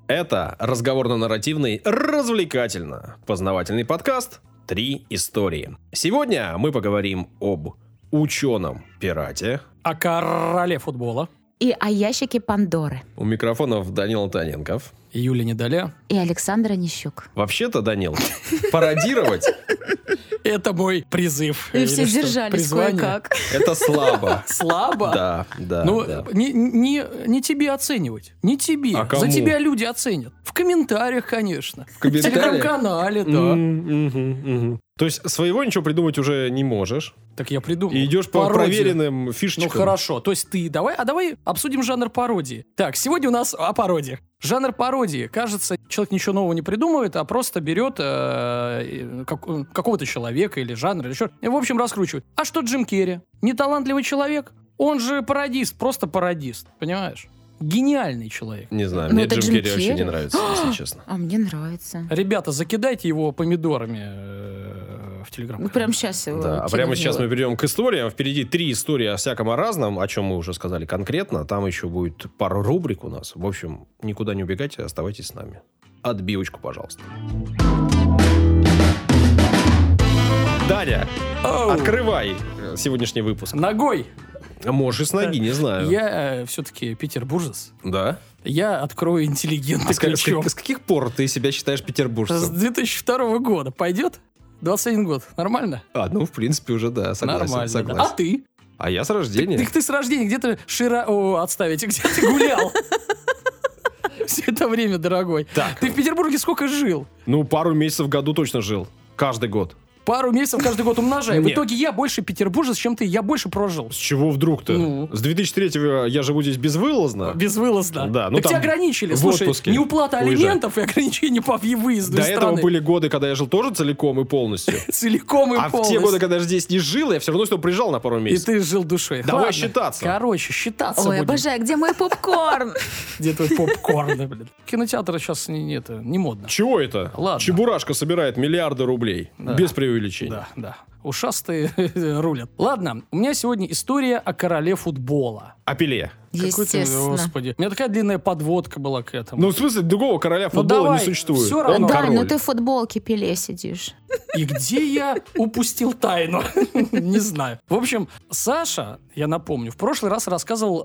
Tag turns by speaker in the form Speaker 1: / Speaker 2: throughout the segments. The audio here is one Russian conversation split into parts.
Speaker 1: Это разговорно-нарративный, развлекательно-познавательный подкаст «Три истории». Сегодня мы поговорим об ученом-пирате,
Speaker 2: о короле футбола
Speaker 3: и о ящике Пандоры.
Speaker 1: У микрофонов Данил Таненков,
Speaker 2: Юлия Недоля
Speaker 3: и Александр Онищук.
Speaker 1: Вообще-то, Данил, пародировать
Speaker 2: — это мой призыв.
Speaker 3: И все держались кое-как.
Speaker 1: это слабо.
Speaker 2: Слабо?
Speaker 1: Да.
Speaker 2: Ну, не тебе оценивать. Не тебе.
Speaker 1: А кому?
Speaker 2: За тебя люди оценят. В комментариях, конечно.
Speaker 1: В комментариях?
Speaker 2: В телеграм-канале, да.
Speaker 1: То есть своего ничего придумать уже не можешь.
Speaker 2: Так я придумал.
Speaker 1: И идешь по
Speaker 2: Пародию.
Speaker 1: проверенным фишечкам.
Speaker 2: Ну хорошо, то есть ты давай обсудим жанр пародии. Так, сегодня у нас о пародиях. Жанр пародии. Кажется, человек ничего нового не придумывает, а просто берет какого-то человека или жанр, или что. И, в общем, раскручивает. А что Джим Керри? Неталантливый человек? Он же пародист, просто пародист. Понимаешь? Гениальный человек.
Speaker 1: Не знаю,
Speaker 3: Ну,
Speaker 1: мне
Speaker 3: это
Speaker 1: Джим
Speaker 3: Джим
Speaker 1: Керри вообще
Speaker 3: Керри.
Speaker 1: не нравится, если честно.
Speaker 3: А мне нравится.
Speaker 2: Ребята, закидайте его помидорами в телеграм.
Speaker 3: Ну, прямо сейчас его
Speaker 1: Да, а
Speaker 3: кину
Speaker 1: прямо
Speaker 3: в
Speaker 1: сейчас
Speaker 3: него.
Speaker 1: мы перейдем к историям. Впереди 3 истории о всяком о разном, о чем мы уже сказали конкретно. Там еще будет пару рубрик у нас. В общем, никуда не убегайте, оставайтесь с нами. Отбивочку, пожалуйста. Даня, открывай сегодняшний выпуск.
Speaker 2: Ногой.
Speaker 1: Можешь и с ноги, не знаю.
Speaker 2: Я все-таки петербуржец.
Speaker 1: Да?
Speaker 2: Я открою интеллигентный
Speaker 1: А с
Speaker 2: ключом.
Speaker 1: каких пор ты себя считаешь
Speaker 2: С
Speaker 1: петербуржцем?
Speaker 2: 2002 года. Пойдет? 21 год. Нормально?
Speaker 1: Ну, в принципе, уже да, согласен.
Speaker 2: Нормально. Да.
Speaker 1: согласен.
Speaker 2: А ты?
Speaker 1: А я с рождения.
Speaker 2: Ты с рождения где-то отставите, где ты гулял? Все это время, дорогой.
Speaker 1: Так.
Speaker 2: Ты в Петербурге сколько жил?
Speaker 1: Ну, пару месяцев в году точно жил. Каждый год.
Speaker 2: Пару месяцев каждый год умножай. В
Speaker 1: Нет.
Speaker 2: итоге я больше петербуржец, чем ты. Я больше прожил.
Speaker 1: С чего вдруг-то?
Speaker 2: Ну.
Speaker 1: С 2003-го я живу здесь безвылазно.
Speaker 2: Безвылазно.
Speaker 1: Да, ну
Speaker 2: так
Speaker 1: там
Speaker 2: тебя ограничили.
Speaker 1: в
Speaker 2: Слушай,
Speaker 1: отпуске
Speaker 2: неуплата
Speaker 1: уезжать.
Speaker 2: алиментов и ограничение по выезду
Speaker 1: До
Speaker 2: из
Speaker 1: этого
Speaker 2: страны.
Speaker 1: были годы, когда я жил тоже целиком и полностью.
Speaker 2: Целиком и
Speaker 1: А в
Speaker 2: полностью.
Speaker 1: те годы, когда я здесь не жил, я все равно сюда приезжал на пару
Speaker 2: И
Speaker 1: месяцев.
Speaker 2: ты жил душой.
Speaker 1: Давай
Speaker 2: Ладно.
Speaker 1: считаться.
Speaker 2: Короче, считаться
Speaker 3: Ой,
Speaker 2: будем.
Speaker 3: обожаю, где мой попкорн?
Speaker 2: Где твой попкорн, да, блин? Кинотеатры сейчас не модно.
Speaker 1: Чего это?
Speaker 2: Ладно.
Speaker 1: Чебурашка собирает миллиарды рублей.
Speaker 2: Да.
Speaker 1: Без преувеличения.
Speaker 2: Да, да. Ушастые рулят. Ладно, у меня сегодня история о короле футбола.
Speaker 1: А Пеле?
Speaker 2: Какой ты,
Speaker 3: Естественно.
Speaker 2: господи. У меня такая длинная подводка была к этому.
Speaker 1: Ну, в смысле, другого короля футбола
Speaker 2: давай,
Speaker 1: не существует.
Speaker 2: всё равно.
Speaker 1: Он
Speaker 3: Дань,
Speaker 1: король.
Speaker 3: ну ты в футболке Пеле сидишь.
Speaker 2: И где я упустил тайну? Не знаю. В общем, Саша, я напомню, в прошлый раз рассказывал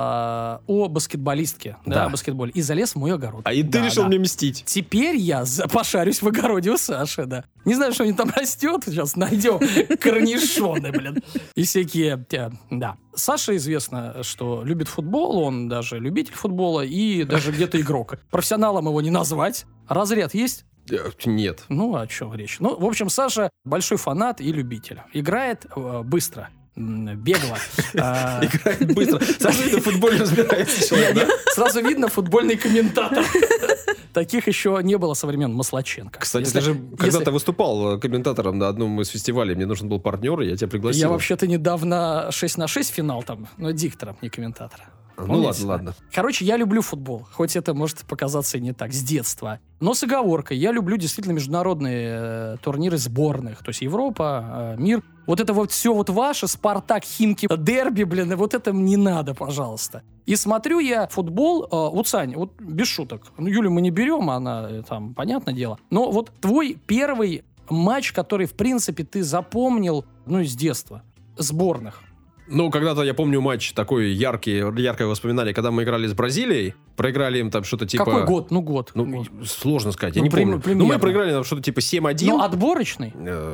Speaker 2: о баскетболистке.
Speaker 1: Да.
Speaker 2: О баскетболе. И залез в мой огород.
Speaker 1: А и ты
Speaker 2: Да,
Speaker 1: решил
Speaker 2: да.
Speaker 1: мне мстить.
Speaker 2: Теперь я пошарюсь в огороде у Саши, да. Не знаю, что они там растет. Сейчас найдем корнишоны, блин. И всякие, да. Саша известно, что любит футбол. Он даже любитель футбола и даже где-то игрок. Профессионалом его не назвать. Разряд есть?
Speaker 1: Нет.
Speaker 2: Ну, о чем речь? Ну, в общем, Саша большой фанат и любитель. Играет быстро. Бегло.
Speaker 1: Играет быстро. Саша, это в футболе разбирается человек, да?
Speaker 2: Сразу видно футбольный комментатор. Таких еще не было со времен Маслаченко.
Speaker 1: Кстати,
Speaker 2: Если-
Speaker 1: ты же
Speaker 2: если-
Speaker 1: когда-то выступал комментатором на одном из фестивалей. Мне нужен был партнер, и я тебя пригласил.
Speaker 2: Я вообще-то недавно 6х6 финал там, но диктором, не комментатором.
Speaker 1: Ну
Speaker 2: Помните?
Speaker 1: ладно.
Speaker 2: Короче, я люблю футбол, хоть это может показаться и не так, с детства. Но с оговоркой, я люблю действительно международные турниры сборных, то есть Европа, мир. Вот это вот все вот ваше, Спартак, Химки, дерби, блин, и вот это не надо, пожалуйста. И смотрю я футбол, вот, Сань, вот без шуток, ну, Юлю мы не берем, она там, понятное дело, но вот твой первый матч, который, в принципе, ты запомнил, ну, из детства, сборных.
Speaker 1: Ну, когда-то, я помню, матч такой яркое воспоминание, когда мы играли с Бразилией, проиграли им там что-то типа...
Speaker 2: Какой год? Ну, год.
Speaker 1: Ну,
Speaker 2: Год.
Speaker 1: сложно сказать, я
Speaker 2: Ну,
Speaker 1: не помню.
Speaker 2: примерно.
Speaker 1: Ну, мы проиграли там что-то типа 7-1.
Speaker 2: Ну, отборочный?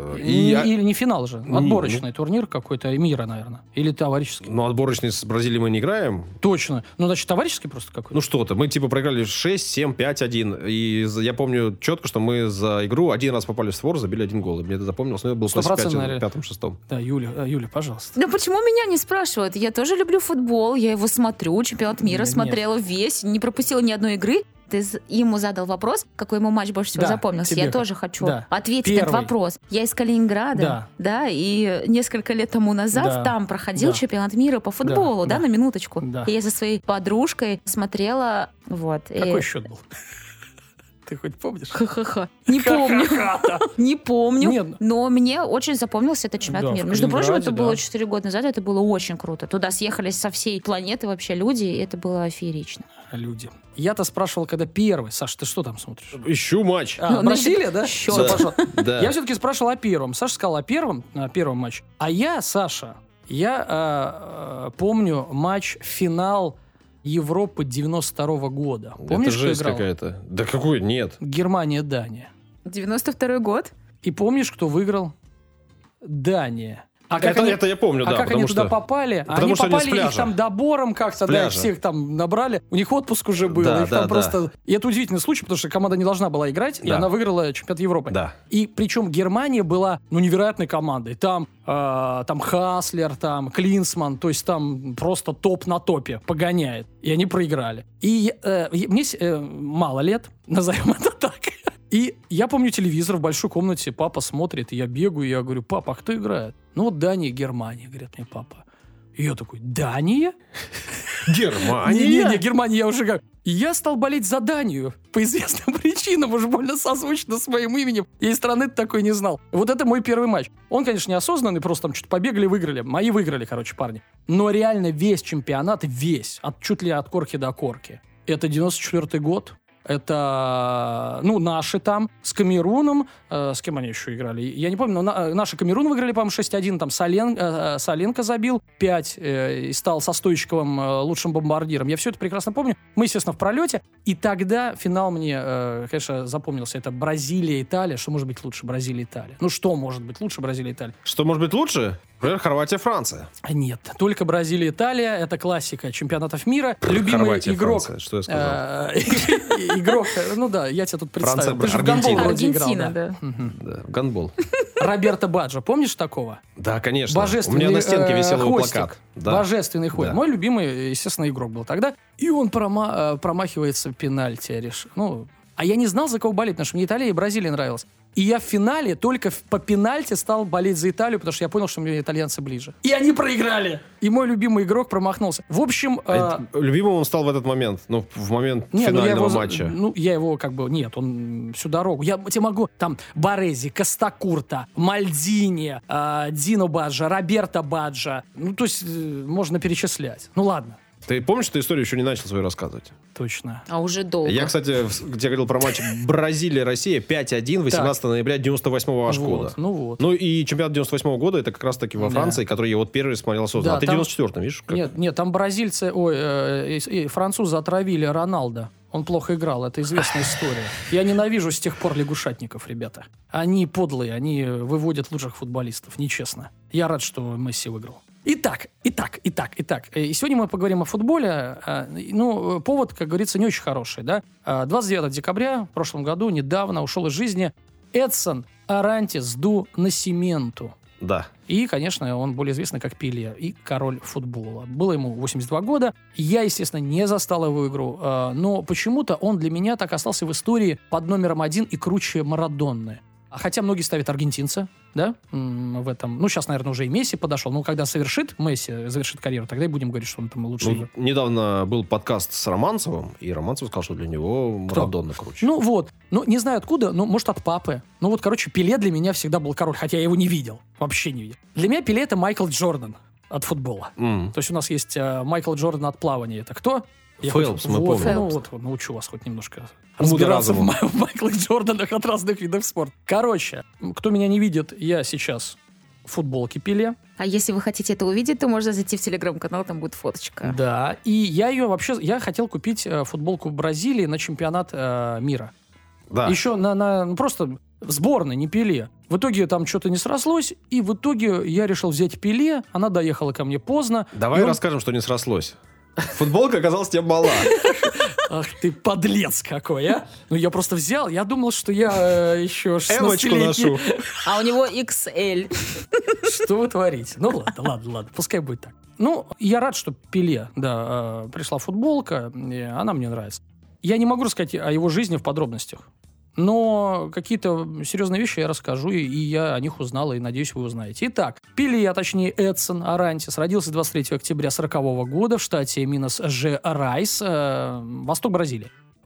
Speaker 2: Или не финал же? Отборочный турнир какой-то, мира, наверное. Или товарищеский.
Speaker 1: Ну, отборочный с Бразилией мы не играем.
Speaker 2: Точно. Ну, значит, товарищеский просто какой-то?
Speaker 1: Ну, что-то. Мы типа проиграли 6-7, 5-1. И я помню четко, что мы за игру один раз попали в створ, забили 1 гол. И мне это запомнилось. Но это было в классе 5-6.
Speaker 2: Да, Юля, пожалуйста.
Speaker 3: Да почему меня не спрашивают? Я тоже люблю футбол, я его смотрю, чемпионат мира
Speaker 2: Нет.
Speaker 3: смотрела весь, не пропустила ни одной игры. Ты ему задал вопрос, какой ему матч больше всего
Speaker 2: Да,
Speaker 3: запомнился.
Speaker 2: тебе
Speaker 3: Я тоже хочу
Speaker 2: да.
Speaker 3: ответить на
Speaker 2: Первый.
Speaker 3: этот вопрос. Я из Калининграда, да, и несколько лет тому назад
Speaker 2: Да.
Speaker 3: там проходил
Speaker 2: Да.
Speaker 3: чемпионат мира по футболу, да,
Speaker 2: Да.
Speaker 3: на минуточку.
Speaker 2: Да.
Speaker 3: И я со своей подружкой смотрела, вот.
Speaker 2: Какой счет был? Ты хоть помнишь?
Speaker 3: Ха-ха-ха. Не помню. Не помню.
Speaker 2: Нет.
Speaker 3: Но мне очень запомнился этот чемпионат
Speaker 2: Да,
Speaker 3: мира.
Speaker 2: в
Speaker 3: Между прочим, это
Speaker 2: Калининграде,
Speaker 3: было
Speaker 2: да.
Speaker 3: 4 года назад, это было очень круто. Туда съехались со всей планеты вообще люди, и это было феерично.
Speaker 2: Люди. Я-то спрашивал, когда первый. Саш, ты что там смотришь?
Speaker 1: Ищу матч.
Speaker 3: Ну,
Speaker 2: Бразилия, да?
Speaker 3: счет.
Speaker 2: Всё,
Speaker 1: Да.
Speaker 2: пошел.
Speaker 1: Да.
Speaker 2: Я все-таки спрашивал о первом. Саша сказал о первом матче. А я, Саша, помню финал Европы 92-го года. Помнишь,
Speaker 1: Это
Speaker 2: кто
Speaker 1: жесть
Speaker 2: играл?
Speaker 1: какая-то. Да какой? Нет.
Speaker 2: Германия-Дания.
Speaker 3: 92-й год.
Speaker 2: И помнишь, кто выиграл? Дания.
Speaker 1: Это я помню, да.
Speaker 2: как
Speaker 1: потому
Speaker 2: они туда
Speaker 1: что...
Speaker 2: попали?
Speaker 1: потому
Speaker 2: Они
Speaker 1: что они с
Speaker 2: попали, их
Speaker 1: пляжа.
Speaker 2: там добором как-то, да, их
Speaker 1: пляжа.
Speaker 2: всех там набрали. У них отпуск уже был.
Speaker 1: Да,
Speaker 2: их
Speaker 1: да,
Speaker 2: там
Speaker 1: да.
Speaker 2: просто... И это удивительный случай, потому что команда не должна была играть, и
Speaker 1: Да.
Speaker 2: она выиграла чемпионат Европы.
Speaker 1: Да.
Speaker 2: И причем Германия была, невероятной командой. Там Хаслер, там Клинсман, то есть там просто топ на топе погоняет. И они проиграли. И мне мало лет, назовем это так. И я помню телевизор в большой комнате, папа смотрит, и я бегаю, и я говорю: папа, а кто играет? Ну вот Дания, Германия, говорит мне папа. И я такой: Дания?
Speaker 1: Германия?
Speaker 2: Не, Германия, я уже как... И я стал болеть за Данию по известным причинам, уж больно созвучно с моим именем. Я и страны-то такой не знал. Вот это мой первый матч. Он, конечно, неосознанный, просто там что-то побегали, выиграли. Мои выиграли, короче, парни. Но реально весь чемпионат, чуть ли от корки до корки. Это 94-й год. Это, наши там, с Камеруном, с кем они еще играли, я не помню, но наши Камерун выиграли, по-моему, 6-1, там Соленко забил 5 и стал со Стойчиковым лучшим бомбардиром. Я все это прекрасно помню. Мы, естественно, в пролете, и тогда финал мне, конечно, запомнился. Это Бразилия-Италия. Что может быть лучше Бразилия-Италия? Что может быть лучше Бразилия-Италия?
Speaker 1: Что может быть лучше? Например, Хорватия-Франция.
Speaker 2: Нет, только Бразилия-Италия. Это классика чемпионатов мира. Любимый
Speaker 1: Хорватия,
Speaker 2: игрок.
Speaker 1: Франция. Что я сказал?
Speaker 2: Игрок, я тебя тут представил.
Speaker 1: Франция,
Speaker 2: Ты же в гандбол
Speaker 1: Аргентина.
Speaker 2: вроде играл,
Speaker 3: Аргентина, да.
Speaker 2: Мгм.
Speaker 1: Да, гандбол.
Speaker 2: Роберто Баджо, помнишь такого?
Speaker 1: Да, конечно. У
Speaker 2: Божественный
Speaker 1: меня на стенке висел его
Speaker 2: хвостик.
Speaker 1: плакат. Да.
Speaker 2: Божественный хвост.
Speaker 1: Да.
Speaker 2: Мой любимый, естественно, игрок был тогда. И он промахивается пенальти. А я не знал, за кого болеть, потому что мне Италия и Бразилия нравилась. И я в финале только по пенальти стал болеть за Италию, потому что я понял, что мне итальянцы ближе. И они проиграли. И мой любимый игрок промахнулся. В общем...
Speaker 1: Любимым он стал в этот момент, в момент
Speaker 2: я
Speaker 1: финального
Speaker 2: его,
Speaker 1: матча.
Speaker 2: Я его нет, он всю дорогу. Я тебе могу, там, Борези, Костакурта, Мальдини, Дино Баджа, Роберто Баджа. То есть можно перечислять. Ладно.
Speaker 1: Ты помнишь, что историю еще не начал свою рассказывать?
Speaker 2: Точно.
Speaker 3: А уже долго.
Speaker 1: Я, кстати, где говорил про матч Бразилия-Россия 5-1, 18 ноября 98-го аж года.
Speaker 2: Вот.
Speaker 1: И чемпионат 98-го года, это как раз-таки во Франции, который я первый смотрел осознанно.
Speaker 2: Да,
Speaker 1: А ты
Speaker 2: там...
Speaker 1: 94-м, видишь? Как?
Speaker 2: Нет, там бразильцы, французы отравили Роналдо. Он плохо играл, это известная история. Я ненавижу с тех пор лягушатников, ребята. Они подлые, они выводят лучших футболистов, нечестно. Я рад, что Месси выиграл. Итак. И сегодня мы поговорим о футболе. Повод, как говорится, не очень хороший, да? 29 декабря в прошлом году, недавно, ушел из жизни Эдсон Арантис ду Насименту.
Speaker 1: Да.
Speaker 2: И, конечно, он более известный как Пеле и король футбола. Было ему 82 года. Я, естественно, не застал его игру, но почему-то он для меня так остался в истории под номером 1 и круче Марадонны. Хотя многие ставят аргентинца, да, в этом. Сейчас, наверное, уже и Месси подошел. Но когда Месси завершит карьеру, тогда и будем говорить, что он там лучший.
Speaker 1: Недавно был подкаст с Романцевым, и Романцев сказал, что для него Марадонна круче.
Speaker 2: Не знаю откуда, может, от папы. Пеле для меня всегда был король, хотя я его не видел. Вообще не видел. Для меня Пеле — это Майкл Джордан от футбола. То есть у нас есть Майкл Джордан от плавания. Это кто?
Speaker 1: Фелпс, мы помним.
Speaker 2: Научу вас хоть немножко разбираться в Майклах Джорданах от разных видов спорта. Короче, кто меня не видит, я сейчас в футболке Пеле.
Speaker 3: А если вы хотите это увидеть, то можно зайти в телеграм-канал, там будет фоточка.
Speaker 2: Да, и я хотел купить футболку Бразилии на чемпионат мира.
Speaker 1: Да.
Speaker 2: Еще просто в сборной, не Пеле. В итоге там что-то не срослось, и в итоге я решил взять Пеле. Она доехала ко мне поздно.
Speaker 1: Давай расскажем, что не срослось. Футболка оказалась тебе мала.
Speaker 2: Ах ты подлец какой, а! Я просто взял, я думал, что я еще 16-летний.
Speaker 1: ношу.
Speaker 3: А у него XL.
Speaker 2: Что вы творите? Ладно, пускай будет так. Я рад, что Пеле, пришла футболка, и она мне нравится. Я не могу рассказать о его жизни в подробностях. Но какие-то серьезные вещи я расскажу, и я о них узнал, и надеюсь, вы узнаете. Итак, Пеле, а точнее Эдсон Арантис, родился 23 октября 1940 года в штате Минас-Жерайс, восток Бразилии.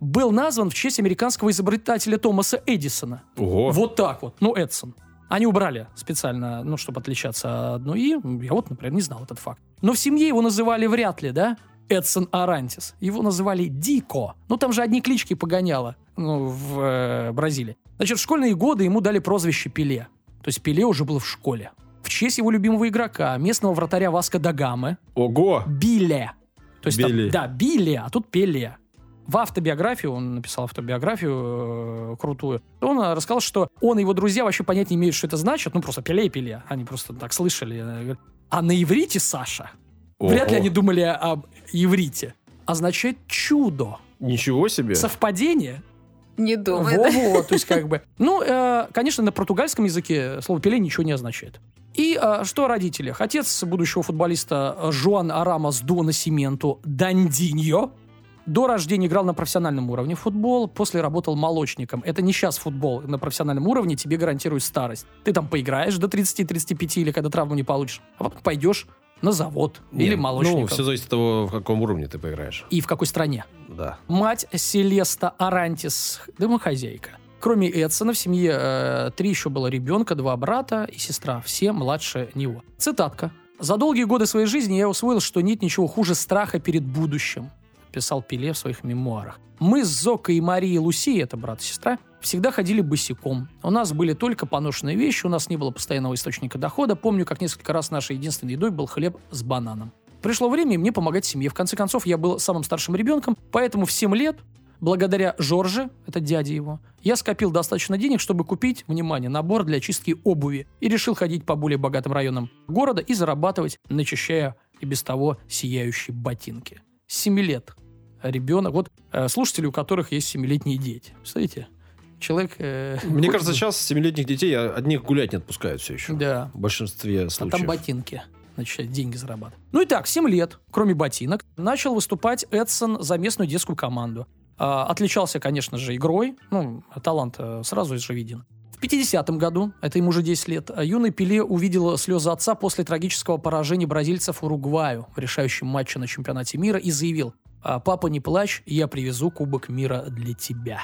Speaker 2: был назван в честь американского изобретателя Томаса Эдисона.
Speaker 1: Ого.
Speaker 2: Вот так вот. Ну, Эдсон. Они убрали специально, ну, чтобы отличаться от одной «и». Я вот, например, не знал этот факт. Но в семье его называли вряд ли, да? Эдсон Арантис. Его называли Дико. Ну, там же одни клички погоняло, ну, в Бразилии. Значит, в школьные годы ему дали прозвище Пеле. То есть Пеле уже был в школе. В честь его любимого игрока, местного вратаря Васко да Гамы.
Speaker 1: Ого!
Speaker 2: Биле. То есть
Speaker 1: Биле.
Speaker 2: Там, да, Биле, а тут Пеле. В автобиографию, он написал автобиографию крутую, он рассказал, что он и его друзья вообще понять не имеют, что это значит. Ну, просто Пеле и Пеле. Они просто так слышали. А на иврите, Саша, вряд ли они думали об иврите, означает чудо.
Speaker 1: Ничего себе.
Speaker 2: Совпадение?
Speaker 3: Не думаю.
Speaker 2: Во-во, то есть как бы... Ну, конечно, на португальском языке слово «пеле» ничего не означает. И что о родителях? Отец будущего футболиста Жоан Арамос до Насименто Дандиньо до рождения играл на профессиональном уровне в футбол, после работал молочником. Это не сейчас футбол на профессиональном уровне тебе гарантирует старость. Ты там поиграешь до 30-35 или когда травму не получишь, а потом пойдешь на завод или молочником.
Speaker 1: Ну, все зависит от того, в каком уровне ты поиграешь.
Speaker 2: И в какой стране.
Speaker 1: Да.
Speaker 2: Мать Селеста Арантис, домохозяйка. Кроме Эдсона в семье 3 еще было ребенка, 2 брата и сестра, все младше него. Цитатка. «За долгие годы своей жизни я усвоил, что нет ничего хуже страха перед будущим», писал Пеле в своих мемуарах. «Мы с Зокой и Марией Луси, это брат и сестра, всегда ходили босиком. У нас были только поношенные вещи, у нас не было постоянного источника дохода. Помню, как несколько раз нашей единственной едой был хлеб с бананом. Пришло время и мне помогать семье. В конце концов, я был самым старшим ребенком, поэтому в 7 лет, благодаря Жорже, это дядя его, я скопил достаточно денег, чтобы купить, внимание, набор для чистки обуви и решил ходить по более богатым районам города и зарабатывать, начищая и без того сияющие ботинки. С 7 лет ребенок, вот слушатели, у которых есть 7-летние дети. Представляете? Человек...
Speaker 1: Мне кажется, сейчас 7-летних детей одних гулять не отпускают все еще.
Speaker 2: Да.
Speaker 1: В большинстве случаев.
Speaker 2: А там ботинки. Начать деньги зарабатывать. Ну и так, 7 лет, кроме ботинок, начал выступать Эдсон за местную детскую команду. Отличался, конечно же, игрой. Ну, талант сразу же виден. В 50-м году, это ему уже 10 лет, юный Пеле увидел слезы отца после трагического поражения бразильцев Уругваю в решающем матче на чемпионате мира и заявил: «Папа, не плачь, я привезу Кубок мира для тебя».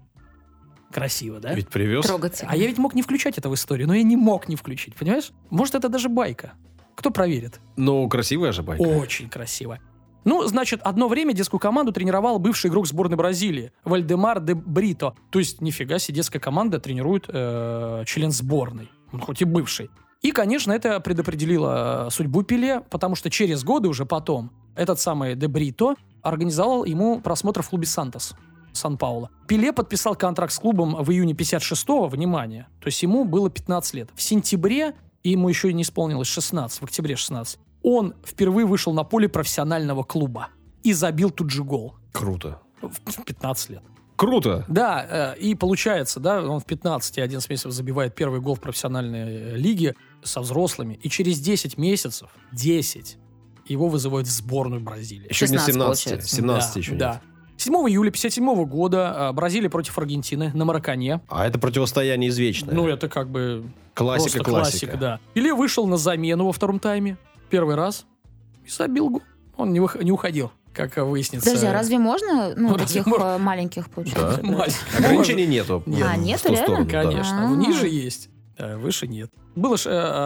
Speaker 2: Красиво, да?
Speaker 1: Ведь привез.
Speaker 3: Трогательно.
Speaker 2: А я ведь мог не включать это в историю, но я не мог не включить, понимаешь? Может, это даже байка. Кто проверит?
Speaker 1: Ну, красивая же байка.
Speaker 2: Очень красиво. Ну, значит, одно время детскую команду тренировал бывший игрок сборной Бразилии Вальдемар де Брито. То есть, нифига себе, детская команда тренирует член сборной. Он хоть и бывший. И, конечно, это предопределило судьбу Пеле, потому что через годы уже потом этот самый де Брито организовал ему просмотр в клубе «Сантос» Сан-Пауло. Пеле подписал контракт с клубом в июне 56-го, внимание, то есть ему было 15 лет. В сентябре, и ему еще и не исполнилось 16, в октябре 16, он впервые вышел на поле профессионального клуба и забил тут же гол.
Speaker 1: Круто.
Speaker 2: В 15 лет.
Speaker 1: Круто.
Speaker 2: Да, и получается, да, он в 15 и 11 месяцев забивает первый гол в профессиональной лиге со взрослыми, и через 10 месяцев, 10, его вызывают в сборную Бразилии.
Speaker 1: Еще не
Speaker 3: 16
Speaker 1: 17.
Speaker 3: получается.
Speaker 1: 17
Speaker 2: да,
Speaker 1: еще
Speaker 2: да.
Speaker 1: нет.
Speaker 2: 7 июля 1957 года Бразилия против Аргентины на Маракане.
Speaker 1: А это противостояние извечное.
Speaker 2: Ну, это как бы
Speaker 1: Классика,
Speaker 2: просто классика, да. Пеле вышел на замену во втором тайме, первый раз, и забил гол. Он не уходил, как выяснится.
Speaker 3: Подожди, а разве можно,
Speaker 2: Ну,
Speaker 3: таких
Speaker 2: разве можно?
Speaker 3: маленьких, получается?
Speaker 1: Да.
Speaker 2: Маленький.
Speaker 1: Ограничений нету.
Speaker 3: А,
Speaker 1: в
Speaker 3: нету,
Speaker 1: ту
Speaker 3: реально?
Speaker 1: сторону, да.
Speaker 2: Конечно.
Speaker 3: А.
Speaker 2: Ниже есть, выше нет. Было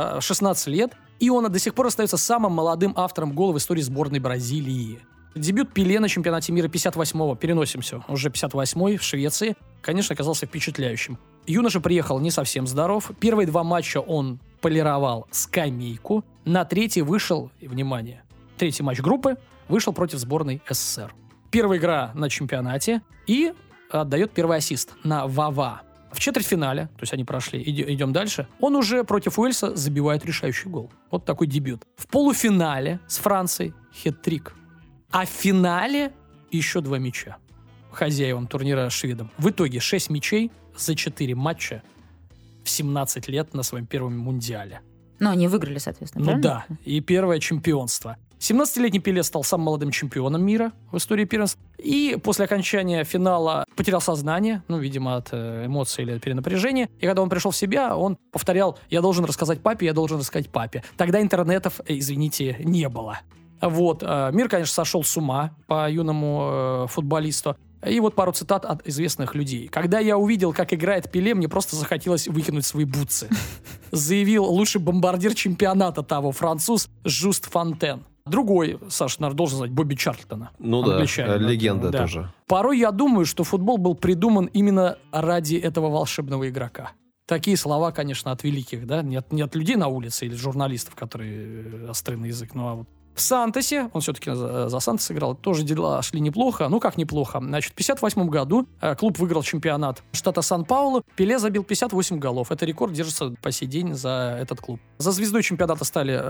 Speaker 2: 16 лет, и он до сих пор остается самым молодым автором гола в истории сборной Бразилии. Дебют Пеле на чемпионате мира 58-го, переносимся, уже 58-й в Швеции, конечно, оказался впечатляющим. Юноша приехал не совсем здоров. Первые 2 матча он полировал скамейку. На третий вышел, внимание, третий матч группы, вышел против сборной СССР. Первая игра на чемпионате и отдает первый ассист на Вава. В четвертьфинале, то есть они прошли, идем дальше, он уже против Уэльса забивает решающий гол. Вот такой дебют. В полуфинале с Францией хет-трик. А в финале еще 2 мяча хозяевам турнира шведам. В итоге 6 мячей за 4 матча в 17 лет на своем первом мундиале.
Speaker 3: Ну, они выиграли, соответственно,
Speaker 2: Ну
Speaker 3: правильно?
Speaker 2: да, и первое чемпионство. 17-летний Пеле стал самым молодым чемпионом мира в истории первенства. И после окончания финала потерял сознание, ну, видимо, от эмоций или перенапряжения. И когда он пришел в себя, он повторял: «Я должен рассказать папе, я должен рассказать папе». Тогда интернетов, извините, не было. Вот. Мир, конечно, сошел с ума по юному футболисту. И вот пару цитат от известных людей. «Когда я увидел, как играет Пеле, мне просто захотелось выкинуть свои бутсы», заявил лучший бомбардир чемпионата того, француз Жюст Фонтен. Другой, Саша, наверное, должен знать, Бобби Чарльтона.
Speaker 1: Ну да, легенда тоже.
Speaker 2: «Порой я думаю, что футбол был придуман именно ради этого волшебного игрока». Такие слова, конечно, от великих, да, не от людей на улице или журналистов, которые острый на язык, ну а вот в Сантосе, он все-таки за Сантос играл, тоже дела шли неплохо. Ну, как неплохо? Значит, в 1958 году клуб выиграл чемпионат штата Сан-Паулу. Пеле забил 58 голов. Это рекорд, держится по сей день за этот клуб. За звездой чемпионата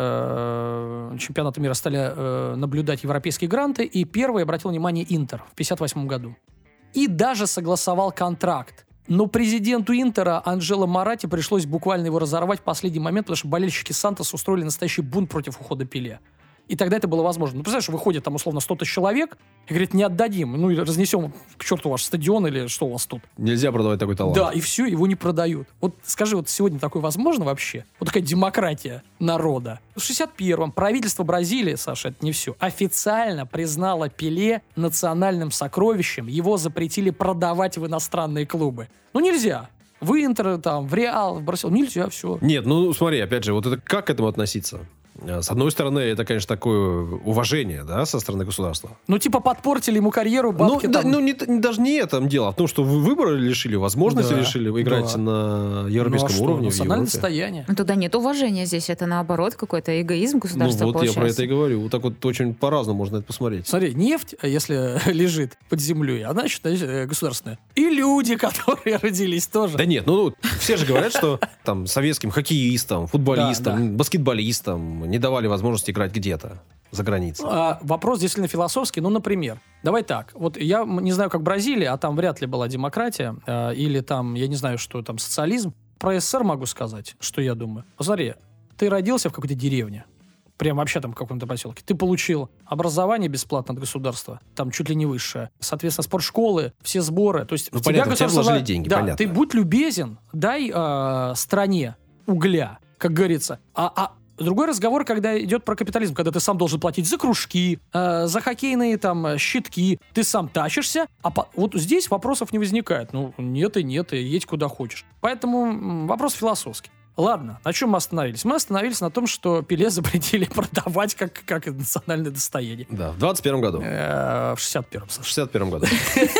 Speaker 2: мира стали наблюдать европейские гранты, и первый обратил внимание Интер в 1958 году. И даже согласовал контракт. Но президенту Интера Анджело Моратти пришлось буквально его разорвать в последний момент, потому что болельщики Сантоса устроили настоящий бунт против ухода Пеле. И тогда это было возможно. Ну, представляешь, выходит там условно 100 тысяч человек и говорит, не отдадим, ну, и разнесем к черту ваш стадион или что у вас тут.
Speaker 1: Нельзя продавать такой талант.
Speaker 2: Да, и все, его не продают. Вот скажи, вот сегодня такое возможно вообще? Вот такая демократия народа. В 61-м правительство Бразилии, Саша, это не все, официально признало Пеле национальным сокровищем. Его запретили продавать в иностранные клубы. Ну, нельзя. В Интер, там, в Реал, в Барселону. Нельзя, все.
Speaker 1: Нет, ну смотри, опять же, вот это как к этому относиться? С одной стороны, это, конечно, такое уважение, да, со стороны государства.
Speaker 2: Ну, типа, подпортили ему карьеру, бабки
Speaker 1: ну,
Speaker 2: там...
Speaker 1: Да, даже не это дело, а в том, что выборы лишили, возможности лишили играть на европейском уровне.
Speaker 2: Национальное достояние.
Speaker 3: Туда нет уважения здесь, это наоборот какой-то эгоизм государства
Speaker 1: вот
Speaker 3: получается.
Speaker 1: Я про это и говорю. Вот так вот очень по-разному можно это посмотреть.
Speaker 2: Смотри, нефть, если лежит под землей, она, значит, государственная. И люди, которые родились тоже.
Speaker 1: Да нет, ну, все же говорят, что там советским хоккеистам, футболистам, баскетболистам не давали возможности играть где-то за границей.
Speaker 2: Вопрос действительно философский. Ну, например, давай так. Вот я не знаю, как Бразилия, а там вряд ли была демократия, или там, я не знаю, что там, социализм. Про СССР могу сказать, что я думаю. Посмотри, ты родился в какой-то деревне, прям вообще там в каком-то поселке. Ты получил образование бесплатно от государства, там чуть ли не высшее. Соответственно, спортшколы, все сборы. То есть
Speaker 1: ну, понятно, в тебя вложили деньги,
Speaker 2: да,
Speaker 1: понятно.
Speaker 2: Ты будь любезен, дай стране угля, как говорится. Другой разговор, когда идет про капитализм, когда ты сам должен платить за кружки, за хоккейные там щитки, ты сам тащишься, вот здесь вопросов не возникает. Ну, нет, и едь куда хочешь. Поэтому вопрос философский. Ладно, на чем мы остановились? Мы остановились на том, что Пеле запретили продавать как национальное достояние.
Speaker 1: Да, в 21 году.
Speaker 2: В 61-м.
Speaker 1: В 61 году.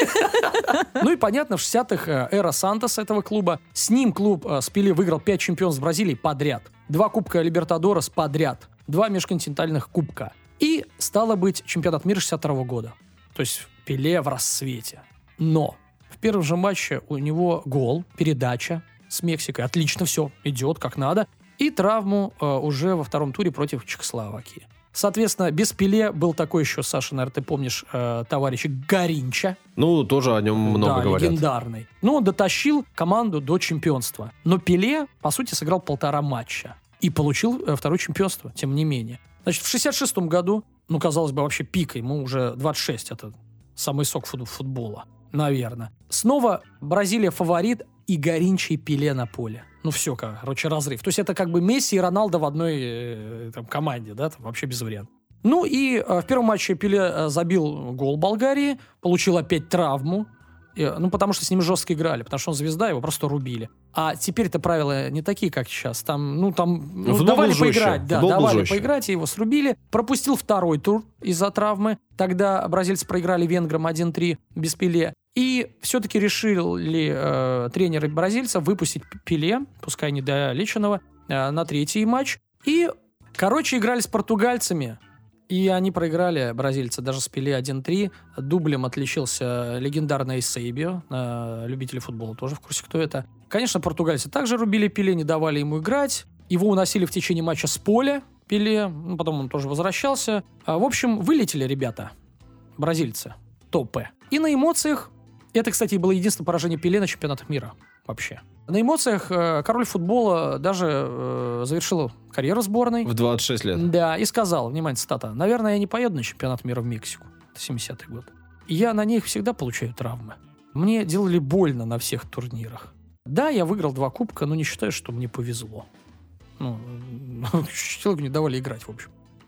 Speaker 2: Ну и понятно, в 60-х эра Сантоса этого клуба. С ним клуб с Пеле выиграл 5 чемпионств Бразилии подряд. 2 кубка Либертадорес подряд. 2 межконтинентальных кубка. И, стало быть, чемпионат мира 62 года. То есть Пеле в расцвете. Но в первом же матче у него гол, передача с Мексикой. Отлично все, идет как надо. И травму уже во втором туре против Чехословакии. Соответственно, без Пеле был такой еще, Саша, наверное, ты помнишь, товарищ Гаринча.
Speaker 1: Ну, тоже о нем много говорят.
Speaker 2: Легендарный. Но он дотащил команду до чемпионства. Но Пеле, по сути, сыграл 1,5 матча. И получил второе чемпионство, тем не менее. Значит, в 66-м году, ну, казалось бы, вообще пик, ему уже 26, это самый сок футбола, наверное. Снова Бразилия фаворит, и Гаринча и Пеле на поле. Ну все, короче, разрыв. То есть это как бы Месси и Роналдо в одной там, команде, да, там вообще без вариантов. Ну и в первом матче Пеле забил гол Болгарии, получил опять травму, ну потому что с ним жестко играли, потому что он звезда, его просто рубили. А теперь-то правила не такие, как сейчас. Там давали поиграть, поиграть, и его срубили. Пропустил второй тур из-за травмы. Тогда бразильцы проиграли венграм 1-3 без Пеле. И все-таки решили тренеры бразильцев выпустить Пеле, пускай недолеченного, на третий матч. И, короче, играли с португальцами. И они проиграли, бразильцы, даже с Пеле 1-3. Дублем отличился легендарный Эйсейбио. Любители футбола тоже в курсе, кто это. Конечно, португальцы также рубили Пеле, не давали ему играть. Его уносили в течение матча с поля Пеле. Потом он тоже возвращался. В общем, вылетели ребята, бразильцы, топы. И на эмоциях... Это, кстати, было единственное поражение Пеле на чемпионатах мира вообще. На эмоциях король футбола даже завершил карьеру сборной.
Speaker 1: В 26 лет.
Speaker 2: Да, и сказал, внимание, цитата, «Наверное, я не поеду на чемпионат мира в Мексику». Это 70-й год. И я на них всегда получаю травмы. Мне делали больно на всех турнирах. Да, я выиграл 2 кубка, но не считаю, что мне повезло. Человеку не давали играть, в общем.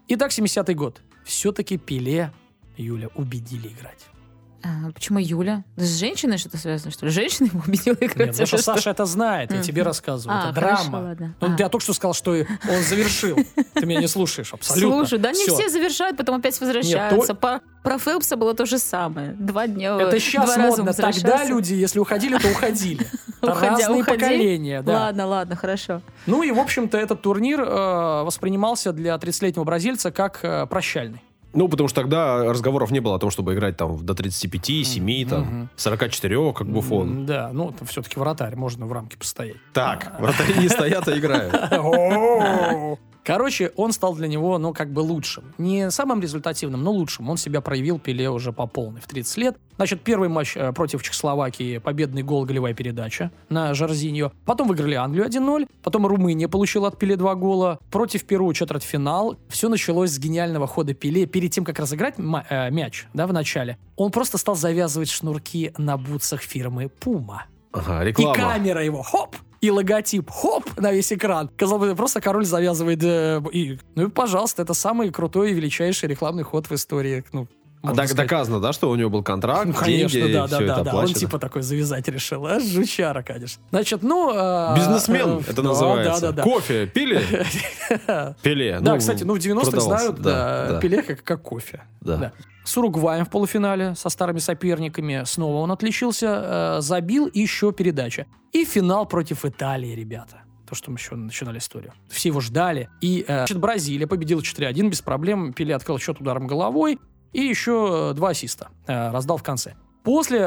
Speaker 2: Итак, 70-й год. Все-таки Пеле, Юля, убедили играть.
Speaker 3: Почему Юля? С женщиной что-то связано, что ли? Женщина его убедила играть?
Speaker 2: Нет, потому что Саша это знает, я тебе рассказываю. Это
Speaker 3: хорошо,
Speaker 2: драма.
Speaker 3: ладно.
Speaker 2: Ну, я только что сказал, что он завершил. Ты меня не слушаешь абсолютно.
Speaker 3: Слушай, да не
Speaker 2: Всё.
Speaker 3: все завершают, потом опять возвращаются. Про Фелпса было то же самое. 2 дня.
Speaker 2: Это сейчас
Speaker 3: 2 раза
Speaker 2: модно. Тогда
Speaker 3: возвращался.
Speaker 2: люди, если уходили, то уходили. Это
Speaker 3: Уходя,
Speaker 2: разные
Speaker 3: уходи.
Speaker 2: поколения. Да.
Speaker 3: Ладно, хорошо.
Speaker 2: Ну и, в общем-то, этот турнир воспринимался для 30-летнего бразильца как прощальный.
Speaker 1: Ну, потому что тогда разговоров не было о том, чтобы играть там до 35, 7, там, 44, как Буфон.
Speaker 2: Да, ну, это все-таки вратарь, можно в рамке постоять.
Speaker 1: Так, вратари не стоят, а играют.
Speaker 2: Короче, он стал для него, ну, как бы лучшим. Не самым результативным, но лучшим. Он себя проявил, Пеле, уже по полной в 30 лет. Значит, первый матч против Чехословакии, победный гол, голевая передача на Жорзиньо. Потом выиграли Англию 1-0. Потом Румыния получила от Пеле 2 гола. Против Перу четвертьфинал. Все началось с гениального хода Пеле. Перед тем, как разыграть мяч, да, в начале, он просто стал завязывать шнурки на бутсах фирмы Puma.
Speaker 1: Ага,
Speaker 2: И
Speaker 1: реклама.
Speaker 2: камера его, хоп, и логотип, хоп, на весь экран. Казалось бы, просто король завязывает. Ну и, пожалуйста, это самый крутой и величайший рекламный ход в истории. Ну,
Speaker 1: А
Speaker 2: можно
Speaker 1: так
Speaker 2: сказать.
Speaker 1: доказано, да, что у него был контракт,
Speaker 2: Ну, конечно,
Speaker 1: деньги,
Speaker 2: да.
Speaker 1: все это
Speaker 2: Он
Speaker 1: оплачено.
Speaker 2: типа такой завязать решил. А жучара, конечно. Значит, ну...
Speaker 1: Бизнесмен это называется.
Speaker 2: Да.
Speaker 1: Кофе пили? Пеле.
Speaker 2: Да, кстати, ну в 90-х
Speaker 1: продавался.
Speaker 2: знают
Speaker 1: Да.
Speaker 2: Пеле как кофе.
Speaker 1: Да.
Speaker 2: С Уругваем в полуфинале, со старыми соперниками. Снова он отличился, забил, и еще передача. И финал против Италии, ребята. То, что мы еще начинали историю. Все его ждали. И Бразилия победила 4-1 без проблем. Пеле открыл счет ударом головой. И еще 2 ассиста раздал в конце. После,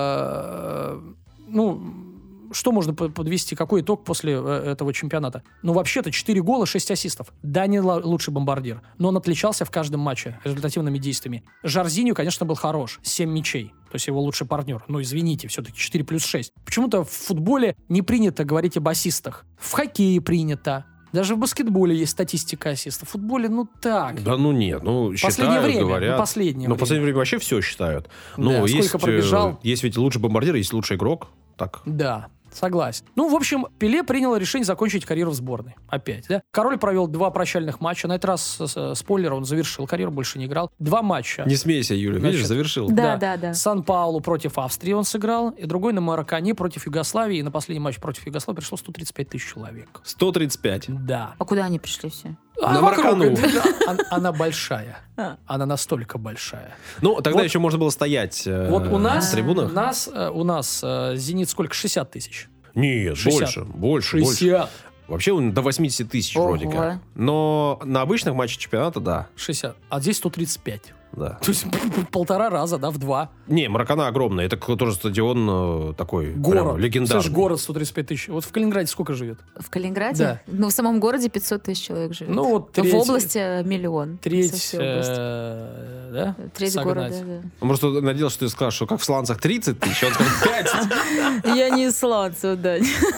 Speaker 2: что можно подвести, какой итог после этого чемпионата? Ну, вообще-то 4 гола, 6 ассистов. Да, не лучший бомбардир, но он отличался в каждом матче результативными действиями. Жорзиньо, конечно, был хорош, 7 мячей, то есть его лучший партнер. Но извините, все-таки 4 плюс 6. Почему-то в футболе не принято говорить об ассистах. В хоккее принято. Даже в баскетболе есть статистика ассистов. В футболе, ну так.
Speaker 1: Да ну нет, ну
Speaker 2: Последнее
Speaker 1: считают,
Speaker 2: время,
Speaker 1: говорят.
Speaker 2: последнее
Speaker 1: в последнее время вообще все считают.
Speaker 2: Да,
Speaker 1: Ну,
Speaker 2: сколько пробежал.
Speaker 1: есть ведь лучший бомбардир, есть лучший игрок. Так.
Speaker 2: Да, согласен. Ну, в общем, Пеле принял решение закончить карьеру в сборной. Опять, да? Король провел 2 прощальных матча. На этот раз, спойлер, он завершил карьеру, больше не играл. 2 матча.
Speaker 1: Не смейся, Юля, видишь,
Speaker 2: Значит,
Speaker 1: завершил.
Speaker 3: Да.
Speaker 2: Сан-Паулу против Австрии он сыграл, и другой на Мароккане против Югославии. И на последний матч против Югославии пришло 135 тысяч человек.
Speaker 1: 135.
Speaker 2: Да.
Speaker 3: А куда они пришли все?
Speaker 1: На
Speaker 2: вокруг,
Speaker 1: Мароккану.
Speaker 2: Она большая. Она настолько большая.
Speaker 1: Ну, тогда
Speaker 2: Вот-
Speaker 1: еще можно было стоять
Speaker 2: Вот у нас,
Speaker 1: на трибунах.
Speaker 2: у нас «Зенит» сколько? 60 тысяч.
Speaker 1: Нет,
Speaker 2: 60.
Speaker 1: больше.
Speaker 2: 60.
Speaker 1: Вообще он до 80 тысяч
Speaker 3: Ого.
Speaker 1: вроде как. Но на обычных матчах чемпионата, да.
Speaker 2: 60. А здесь 135.
Speaker 1: Да.
Speaker 2: То есть 1,5 раза, да, в 2.
Speaker 1: Не, Маракана огромная. Это тоже стадион такой прям
Speaker 2: Город.
Speaker 1: легендарный.
Speaker 2: Слышь, город 135 тысяч. Вот в Калининграде сколько живет?
Speaker 3: В Калининграде?
Speaker 2: Да.
Speaker 3: Ну, в самом городе 500 тысяч человек живет.
Speaker 2: Ну, вот треть-
Speaker 3: В области 1 миллион.
Speaker 2: Треть,
Speaker 3: Со всей области.
Speaker 2: да?
Speaker 3: Треть
Speaker 2: Согнать.
Speaker 3: города, да.
Speaker 1: Он просто надеялся, что ты скажешь, что как в сланцах 30 тысяч, он скажет 5.
Speaker 3: Я не из Сланцева, да.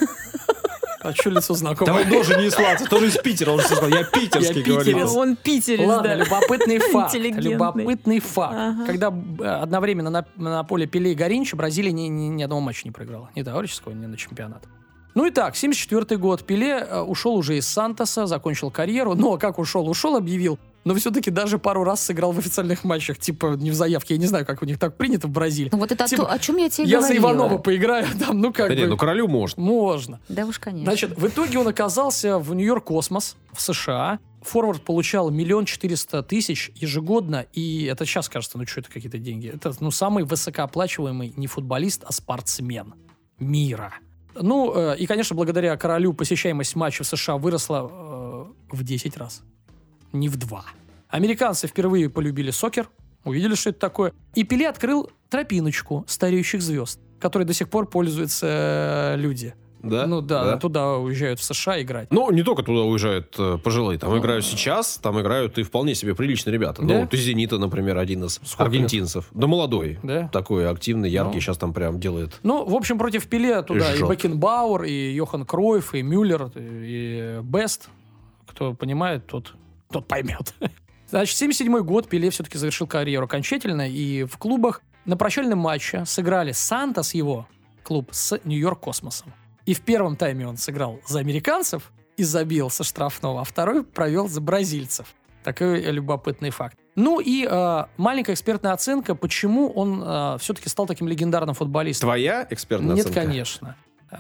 Speaker 2: А что лицо
Speaker 1: Да
Speaker 2: знакомое?
Speaker 1: он тоже не из сланцев, тоже из Питера. Он сказал, я питерский,
Speaker 2: Я
Speaker 1: говорит.
Speaker 2: питерец.
Speaker 3: Он питерец,
Speaker 2: Ладно,
Speaker 3: да.
Speaker 2: любопытный факт.
Speaker 3: Интеллигентный.
Speaker 2: Любопытный факт.
Speaker 3: Ага.
Speaker 2: Когда одновременно на поле Пеле и Гаринча Бразилия ни одного матча не проиграла. Ни товарищеского, ни на чемпионат. Ну и так, 74 год. Пеле ушел уже из Сантоса, закончил карьеру. Но как ушел? Ушел, объявил. Но все-таки даже пару раз сыграл в официальных матчах. Типа не в заявке. Я не знаю, как у них так принято в Бразилии.
Speaker 3: Ну, вот это
Speaker 2: Типа,
Speaker 3: о чем я тебе
Speaker 2: я
Speaker 3: говорила.
Speaker 2: за Иванова поиграю там, ну как
Speaker 1: Да
Speaker 2: бы.
Speaker 1: нет, ну королю можно.
Speaker 2: Можно.
Speaker 3: Да уж, конечно.
Speaker 2: Значит, в итоге он оказался в Нью-Йорк Космос, в США. Форвард получал 1 400 000 ежегодно. И это сейчас кажется, ну что это какие-то деньги. Это самый высокооплачиваемый не футболист, а спортсмен мира. Ну, и, конечно, благодаря королю посещаемость матчей в США выросла в 10 раз. Не в 2. Американцы впервые полюбили сокер, увидели, что это такое. И Пеле открыл тропиночку стареющих звезд, которой до сих пор пользуются люди.
Speaker 1: Да?
Speaker 2: Ну да, туда уезжают в США играть.
Speaker 1: Ну, не только туда уезжают пожилые. Там играют сейчас, там играют и вполне себе приличные ребята.
Speaker 2: Да?
Speaker 1: Ну, вот из «Зенита», например, один из
Speaker 2: Сколько
Speaker 1: аргентинцев. Да молодой.
Speaker 2: Да?
Speaker 1: Такой активный, яркий.
Speaker 2: Ну.
Speaker 1: Сейчас там прям делает.
Speaker 2: Ну, в общем, против Пеле туда и
Speaker 1: Жжет.
Speaker 2: Бекенбауэр, и Йохан Кройф, и Мюллер, и Бест. Кто понимает, тот поймет. Значит, 77-й год Пеле все-таки завершил карьеру окончательно, и в клубах на прощальном матче сыграли Сантос, его клуб, с Нью-Йорк Космосом. И в первом тайме он сыграл за американцев и забил со штрафного, а второй провел за бразильцев. Такой любопытный факт. Ну и маленькая экспертная оценка, почему он все-таки стал таким легендарным футболистом.
Speaker 1: Твоя экспертная
Speaker 2: Нет,
Speaker 1: оценка?
Speaker 2: конечно.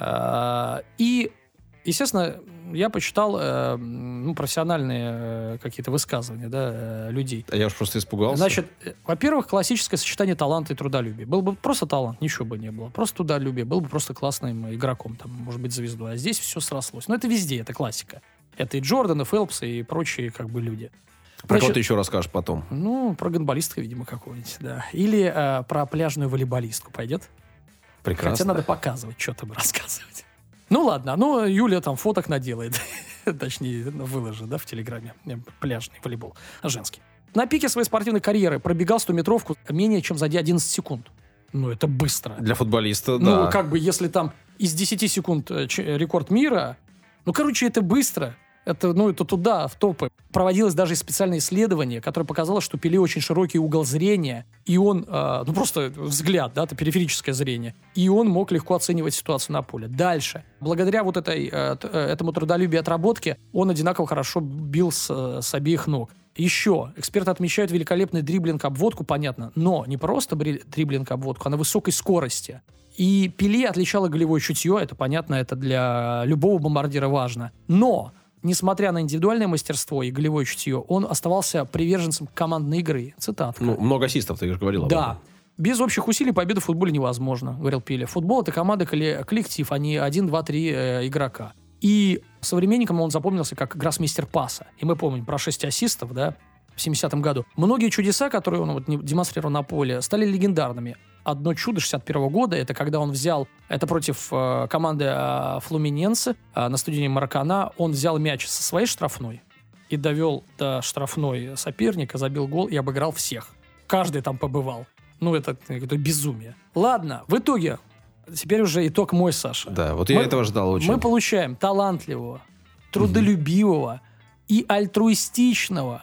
Speaker 2: И, естественно, я почитал профессиональные какие-то высказывания, да, людей.
Speaker 1: А я уж просто испугался.
Speaker 2: Значит, во-первых, классическое сочетание таланта и трудолюбия. Был бы просто талант, ничего бы не было. Просто трудолюбие, был бы просто классным игроком, там, может быть, звездой. А здесь все срослось. Но это везде, это классика. Это и Джордан, и Фелпс, и прочие как бы люди.
Speaker 1: Про кого ты еще расскажешь потом?
Speaker 2: Ну, про гандболистка, видимо, какого-нибудь, да. Или про пляжную волейболистку пойдет?
Speaker 1: Прекрасно.
Speaker 2: Хотя надо показывать, что там рассказывать. Ну, ладно. Ну, Юлия там фоток наделает. Точнее, выложит, да, в Телеграме. Пляжный волейбол. Женский. На пике своей спортивной карьеры пробегал 100-метровку менее чем за 11 секунд. Ну, это быстро.
Speaker 1: Для футболиста, да.
Speaker 2: Ну, как бы, если там из 10 секунд рекорд мира, ну, короче, это быстро. Это туда, в топы. Проводилось даже специальное исследование, которое показало, что Пеле очень широкий угол зрения, и он, просто взгляд, да, это периферическое зрение, и он мог легко оценивать ситуацию на поле. Дальше. Благодаря вот этому трудолюбию и отработке он одинаково хорошо бил с обеих ног. Еще эксперты отмечают великолепный дриблинг-обводку, понятно, но не просто дриблинг-обводку, а на высокой скорости. И Пеле отличало голевое чутье, это понятно, это для любого бомбардира важно. Но несмотря на индивидуальное мастерство и голевое чутье, он оставался приверженцем командной игры. Цитатка.
Speaker 1: Ну, много ассистов, ты же говорил об этом.
Speaker 2: Да. Без общих усилий победа в футболе невозможно, говорил Пеле. Футбол — это команда, коллектив, а не 1, 2, 3 игрока. И современникам он запомнился как гроссмейстер паса. И мы помним про 6 ассистов, да, в 70-м году. Многие чудеса, которые он демонстрировал на поле, стали легендарными. Одно чудо 61 года, это когда он взял, это против команды Флуминенсе на стадионе Маракана, он взял мяч со своей штрафной и довел до штрафной соперника, забил гол и обыграл всех. Каждый там побывал. Ну, это безумие. Ладно, в итоге, теперь уже итог мой, Саша.
Speaker 1: Да, вот я этого ждал очень.
Speaker 2: Мы получаем талантливого, трудолюбивого и альтруистичного,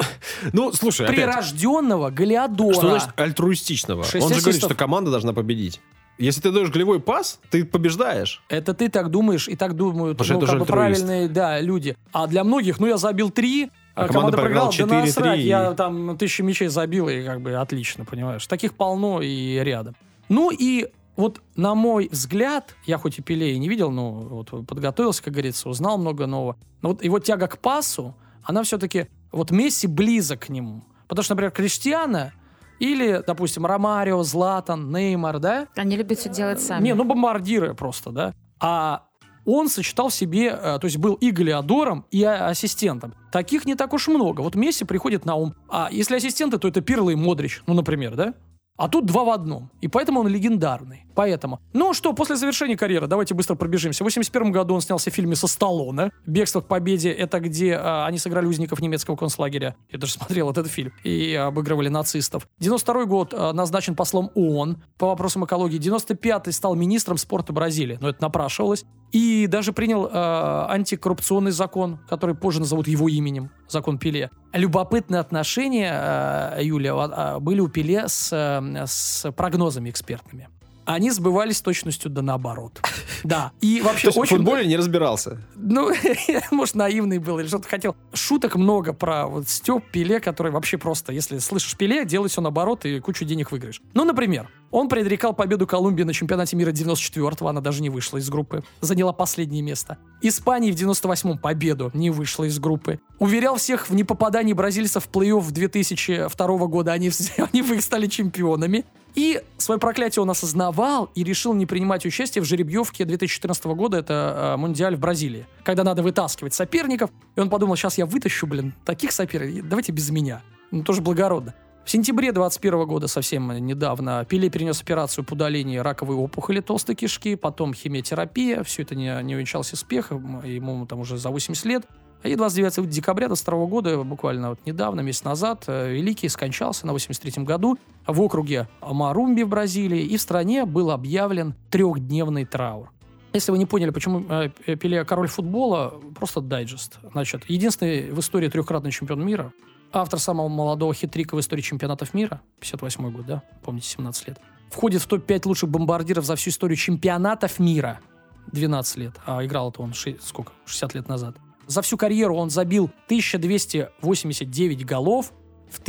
Speaker 1: ну, слушай, опять.
Speaker 2: прирожденного голеадора.
Speaker 1: Что значит альтруистичного?
Speaker 2: 6
Speaker 1: Он же говорит,
Speaker 2: ассистов.
Speaker 1: что команда должна победить. Если ты даешь голевой пас, ты побеждаешь.
Speaker 2: Это ты так думаешь, и так думают,
Speaker 1: Потому что это же альтруист.
Speaker 2: правильные, да, люди. А для многих, я забил 3,
Speaker 1: А команда проиграла
Speaker 2: да
Speaker 1: 4-3.
Speaker 2: насрать, я там 1000 мячей забил, и как бы отлично, понимаешь. Таких полно и рядом. Ну и вот, на мой взгляд, я хоть и Пеле и не видел, но вот подготовился, как говорится, узнал много нового. Но вот его тяга к пасу, она все-таки... Вот Месси близок к нему. Потому что, например, Криштиану или, допустим, Ромарио, Златан, Неймар, да?
Speaker 3: Они любят все делать сами.
Speaker 2: Бомбардиры просто, да? А он сочетал в себе, то есть был и голеадором, и ассистентом. Таких не так уж много. Вот Месси приходит на ум. А если ассистенты, то это Пирло и Модрич, например, да? А тут 2 в 1. И поэтому он легендарный. Поэтому. Ну что, после завершения карьеры, давайте быстро пробежимся. В 1981 году он снялся в фильме со Сталлоне. «Бегство к победе» — это где они сыграли узников немецкого концлагеря. Я даже смотрел этот фильм. И обыгрывали нацистов. 1992 год назначен послом ООН по вопросам экологии. 1995 стал министром спорта Бразилии. Но это напрашивалось. И даже принял антикоррупционный закон, который позже назовут его именем. Закон Пеле. Любопытные отношения, Юлия, были у Пеле с прогнозами экспертными. Они сбывались с точностью да наоборот. Да. И вообще
Speaker 1: То есть в футболе не разбирался?
Speaker 2: Ну, может, наивный был или что-то хотел. Шуток много про вот Степ, Пеле, который вообще просто, если слышишь Пеле, делай все наоборот и кучу денег выиграешь. Ну, например, он предрекал победу Колумбии на чемпионате мира 94-го, она даже не вышла из группы, заняла последнее место. Испании в 98-м победу, не вышла из группы. Уверял всех в непопадании бразильцев в плей-офф 2002 года, они стали чемпионами. И свое проклятие он осознавал и решил не принимать участие в жеребьевке 2014 года, это Мундиаль в Бразилии, когда надо вытаскивать соперников. И он подумал, сейчас я вытащу, таких соперников, давайте без меня. Тоже благородно. В сентябре 2021 года, совсем недавно, Пеле перенес операцию по удалению раковой опухоли толстой кишки, потом химиотерапия. Все это не увенчалось успехом, ему там уже за 80 лет. И 29 декабря 2022 года, буквально недавно, месяц назад, Великий скончался на 83-м году в округе Марумби в Бразилии, и в стране был объявлен 3-дневный траур. Если вы не поняли, почему Пеле король футбола, просто дайджест. Значит, единственный в истории 3-кратный чемпион мира, автор самого молодого хит-трика в истории чемпионатов мира, 58 год, да, помните, 17 лет, входит в топ-5 лучших бомбардиров за всю историю чемпионатов мира, 12 лет, а играл-то он 60 лет назад. За всю карьеру он забил 1289 голов в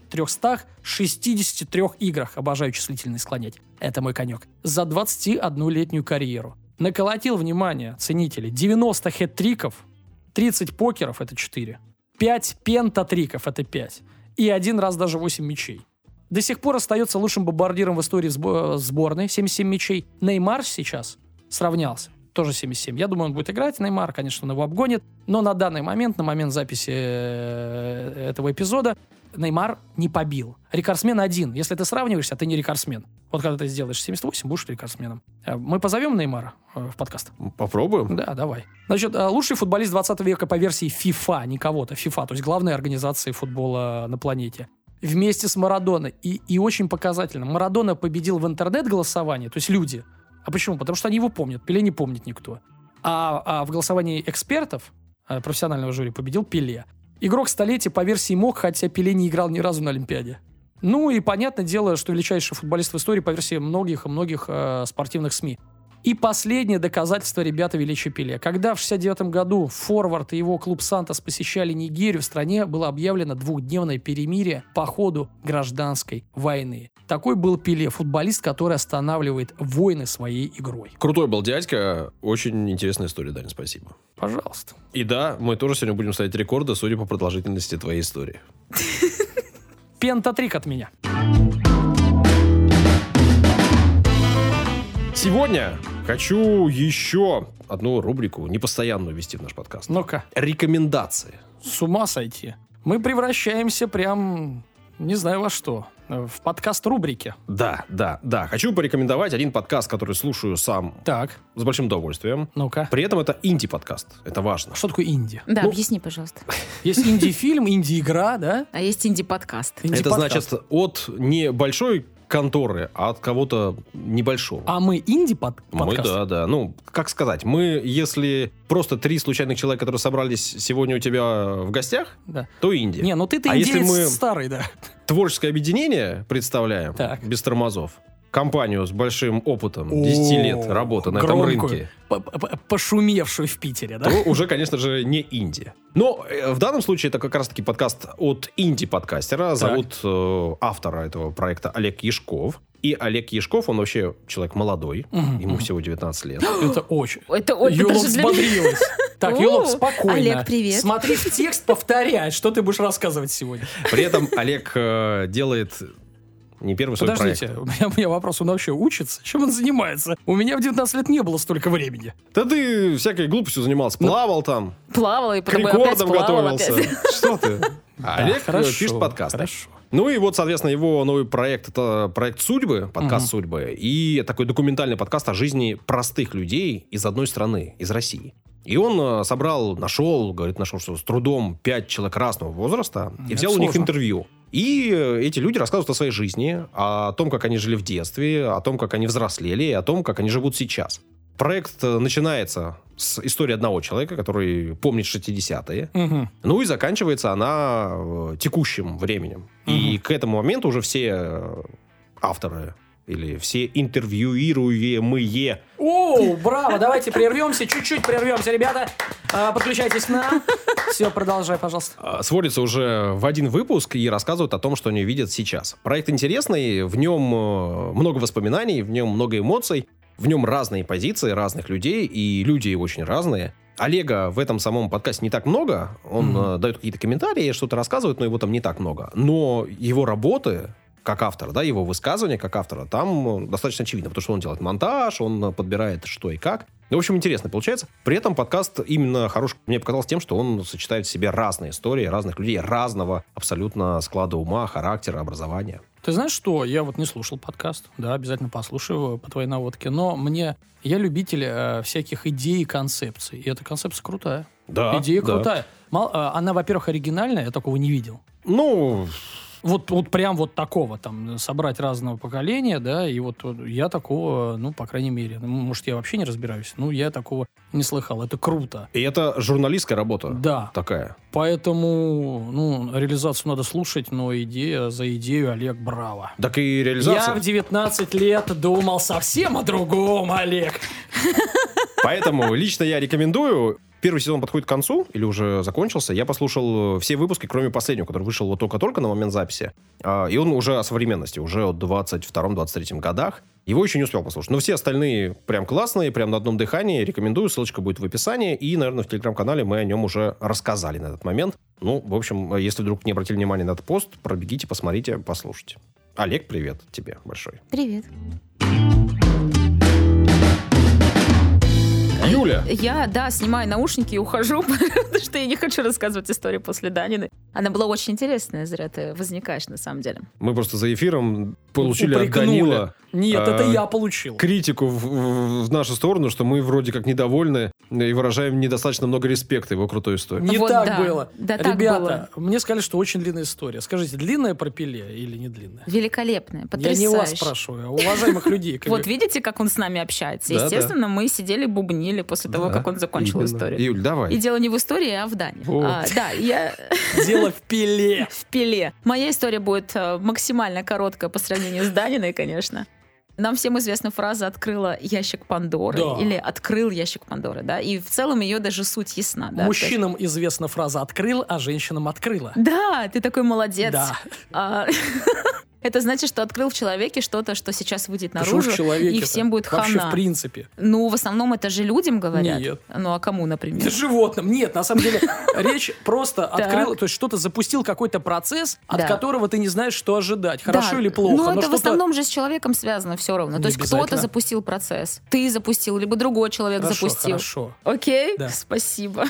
Speaker 2: 1363 играх. Обожаю числительные склонять. Это мой конек. За 21-летнюю карьеру. Наколотил, внимание, ценители, 90 хэт-триков, 30 покеров, это 4, 5 пентатриков, это 5, и один раз даже 8 мячей. До сих пор остается лучшим бомбардиром в истории сборной, 77 мячей. Неймар сейчас сравнялся, тоже 77. Я думаю, он будет играть, Неймар, конечно, он его обгонит, но на данный момент, на момент записи этого эпизода, Неймар не побил. Рекордсмен один. Если ты сравниваешься, ты не рекордсмен. Вот когда ты сделаешь 78, будешь рекордсменом. Мы позовем Неймара в подкаст?
Speaker 1: Попробуем.
Speaker 2: Да, давай. Значит, лучший футболист 20 века по версии FIFA, не кого-то, FIFA, то есть главной организации футбола на планете. Вместе с Марадоной. И очень показательно. Марадона победил в интернет-голосовании, то есть люди. А почему? Потому что они его помнят. Пеле не помнит никто. А в голосовании экспертов, профессионального жюри, победил Пеле. Игрок столетия по версии МОК, хотя Пеле не играл ни разу на Олимпиаде. Ну и понятное дело, что величайший футболист в истории по версии многих и многих спортивных СМИ. И последнее доказательство, ребята, величия Пеле. Когда в 1969 году форвард и его клуб «Сантос» посещали Нигерию, в стране было объявлено двухдневное перемирие по ходу гражданской войны. Такой был Пеле, футболист, который останавливает войны своей игрой.
Speaker 1: Крутой был дядька. Очень интересная история, Даня, спасибо.
Speaker 2: Пожалуйста.
Speaker 1: И да, мы тоже сегодня будем ставить рекорды, судя по продолжительности твоей истории.
Speaker 2: Пентатрик от меня.
Speaker 1: Сегодня хочу еще одну рубрику непостоянную ввести в наш подкаст.
Speaker 2: Ну-ка.
Speaker 1: Рекомендации.
Speaker 2: С ума сойти. Мы превращаемся прям, не знаю во что, в подкаст-рубрике.
Speaker 1: Да. Хочу порекомендовать один подкаст, который слушаю сам
Speaker 2: Так.
Speaker 1: с большим удовольствием.
Speaker 2: Ну-ка.
Speaker 1: При этом это инди-подкаст. Это важно.
Speaker 2: Что такое инди?
Speaker 3: Да, объясни, пожалуйста.
Speaker 2: Есть инди-фильм, инди-игра, да?
Speaker 3: А есть инди-подкаст.
Speaker 1: Это
Speaker 2: Инди-подкаст.
Speaker 1: значит от небольшой конторы, а от кого-то небольшого.
Speaker 2: А мы инди-подкаст?
Speaker 1: Мы, да. Ну, как сказать, мы, если просто 3 случайных человека, которые собрались сегодня у тебя в гостях,
Speaker 2: Да.
Speaker 1: то инди.
Speaker 2: Не, ну ты-то
Speaker 1: А если
Speaker 2: индеец
Speaker 1: мы
Speaker 2: старый, да.
Speaker 1: творческое объединение представляем,
Speaker 2: Так.
Speaker 1: без тормозов, компанию с большим опытом, 10 лет работы на этом
Speaker 2: громкую,
Speaker 1: рынке,
Speaker 2: пошумевшую в Питере, да?
Speaker 1: то уже, конечно же, не инди. Но в данном случае это как раз-таки подкаст от инди-подкастера. Зовут автора этого проекта Олег Яшков. И Олег Яшков, он вообще человек молодой, ему всего 19 лет.
Speaker 2: Это очень.
Speaker 3: Это очень...
Speaker 2: Юлок
Speaker 3: даже для меня.
Speaker 2: взбодрилась. Так,
Speaker 3: О,
Speaker 2: Юлок, спокойно.
Speaker 3: Олег, привет.
Speaker 2: Смотри в текст, повторяй, что ты будешь рассказывать сегодня.
Speaker 1: При этом Олег делает не первый свой
Speaker 2: Подождите,
Speaker 1: проект.
Speaker 2: у меня вопрос, он вообще учится? Чем он занимается? У меня в 19 лет не было столько времени.
Speaker 1: Да ты всякой глупостью занимался, плавал там,
Speaker 3: Плавала и
Speaker 1: к
Speaker 3: потом опять
Speaker 1: рекордам
Speaker 3: плавала.
Speaker 1: готовился.
Speaker 3: Опять.
Speaker 1: Что ты? А Олег
Speaker 2: хорошо,
Speaker 1: пишет подкасты.
Speaker 2: Хорошо.
Speaker 1: Ну и вот, соответственно, его новый проект — это проект «Судьбы», подкаст «Судьбы», и такой документальный подкаст о жизни простых людей из одной страны, из России. И он нашел, что с трудом 5 человек разного возраста, и
Speaker 2: Это
Speaker 1: взял у них
Speaker 2: сложно.
Speaker 1: интервью. И эти люди рассказывают о своей жизни, о том, как они жили в детстве, о том, как они взрослели, и о том, как они живут сейчас. Проект начинается с истории одного человека, который помнит 60-е.
Speaker 2: Мгм.
Speaker 1: Ну и заканчивается она текущим временем. И к этому моменту уже все авторы или все интервьюируемые...
Speaker 2: О, браво, давайте прервемся, чуть-чуть прервемся, ребята. Подключайтесь к нам. Все, продолжай, пожалуйста.
Speaker 1: сводятся уже в один выпуск и рассказывают о том, что они видят сейчас. Проект интересный, в нем много воспоминаний, в нем много эмоций, в нем разные позиции разных людей, и люди очень разные. Олега в этом самом подкасте не так много, он дает какие-то комментарии, что-то рассказывает, но его там не так много. Но его работы как автора, да, его высказывания как автора, там достаточно очевидно, потому что он делает монтаж, он подбирает что и как. В общем, интересно получается. При этом подкаст именно хорош, мне показалось тем, что он сочетает в себе разные истории, разных людей, разного абсолютно склада ума, характера, образования.
Speaker 2: Ты знаешь что? Я вот не слушал подкаст. Да, обязательно послушаю его по твоей наводке. Но я любитель всяких идей и концепций. И эта концепция крутая.
Speaker 1: Да,
Speaker 2: Идея
Speaker 1: да.
Speaker 2: крутая. Она, во-первых, оригинальная, я такого не видел.
Speaker 1: Ну,
Speaker 2: Вот прям вот такого, там, собрать разного поколения, да, и вот я такого, ну, по крайней мере, может, я вообще не разбираюсь, ну, я такого не слыхал, это круто.
Speaker 1: и это журналистская работа.
Speaker 2: Да,
Speaker 1: Такая.
Speaker 2: поэтому, ну, реализацию надо слушать, но идея за идею, Олег, браво.
Speaker 1: Так и реализация.
Speaker 2: Я в 19 лет думал совсем о другом, Олег.
Speaker 1: Поэтому лично я рекомендую первый сезон подходит к концу, или уже закончился, я послушал все выпуски, кроме последнего, который вышел вот только-только на момент записи. И он уже о современности, уже о 22-23 годах. Его еще не успел послушать. Но все остальные прям классные, прям на одном дыхании. Рекомендую, ссылочка будет в описании. И, наверное, в Телеграм-канале мы о нем уже рассказали на этот момент. Ну, в общем, если вдруг не обратили внимания на этот пост, пробегите, посмотрите, послушайте. Олег, привет тебе большой.
Speaker 3: Привет.
Speaker 1: Юля!
Speaker 3: Я, снимаю наушники и ухожу, потому что я не хочу рассказывать историю после Данины. Она была очень интересная, зря ты возникаешь на самом деле.
Speaker 1: Мы просто за эфиром получили от
Speaker 2: Упрекнули.
Speaker 1: Данила
Speaker 2: Нет, это я получил.
Speaker 1: критику в нашу сторону, что мы вроде как недовольны и выражаем недостаточно много респекта его крутой истории.
Speaker 2: Не
Speaker 3: Вот
Speaker 2: так
Speaker 3: да.
Speaker 2: было.
Speaker 3: Да, так
Speaker 2: Ребята, мне сказали, что очень длинная история. Скажите, длинная про Пеле или не длинная?
Speaker 3: Великолепная,
Speaker 2: Я
Speaker 3: потрясающая.
Speaker 2: не вас спрашиваю, а уважаемых людей.
Speaker 3: Вот видите, как он с нами общается?
Speaker 1: Да,
Speaker 3: Естественно, мы сидели, бубнили после того, как он закончил
Speaker 1: Именно.
Speaker 3: историю.
Speaker 1: Юль, давай.
Speaker 3: И дело не в истории, а в Дане.
Speaker 1: Вот.
Speaker 3: Я
Speaker 2: Дело в Пеле.
Speaker 3: в Пеле. Моя история будет максимально короткая по сравнению с Даниной, конечно. Нам всем известна фраза «открыла ящик Пандоры»
Speaker 2: Да.
Speaker 3: или «открыл ящик Пандоры», да, и в целом ее даже суть ясна. Да?
Speaker 2: Мужчинам известна фраза «открыл», а женщинам «открыла».
Speaker 3: Да, ты такой молодец.
Speaker 2: Да.
Speaker 3: Это значит, что открыл в человеке что-то, что сейчас выйдет
Speaker 2: Почему
Speaker 3: наружу,
Speaker 2: в человеке-то?
Speaker 3: и всем будет
Speaker 2: Вообще,
Speaker 3: хана.
Speaker 2: в принципе.
Speaker 3: Ну, в основном это же людям говорят.
Speaker 2: Нет.
Speaker 3: Ну, а кому, например?
Speaker 2: Животным. Нет, на самом деле, речь просто
Speaker 3: Так.
Speaker 2: открыл, то есть что-то запустил какой-то процесс, от
Speaker 3: Да.
Speaker 2: которого ты не знаешь, что ожидать. Хорошо
Speaker 3: Да.
Speaker 2: или плохо.
Speaker 3: Ну,
Speaker 2: но
Speaker 3: это в
Speaker 2: что-то-
Speaker 3: основном же с человеком связано все равно.
Speaker 2: Не
Speaker 3: То есть кто-то
Speaker 2: обязательно.
Speaker 3: запустил процесс, ты запустил, либо другой человек
Speaker 2: Хорошо,
Speaker 3: запустил.
Speaker 2: хорошо.
Speaker 3: Окей?
Speaker 2: Да.
Speaker 3: Спасибо.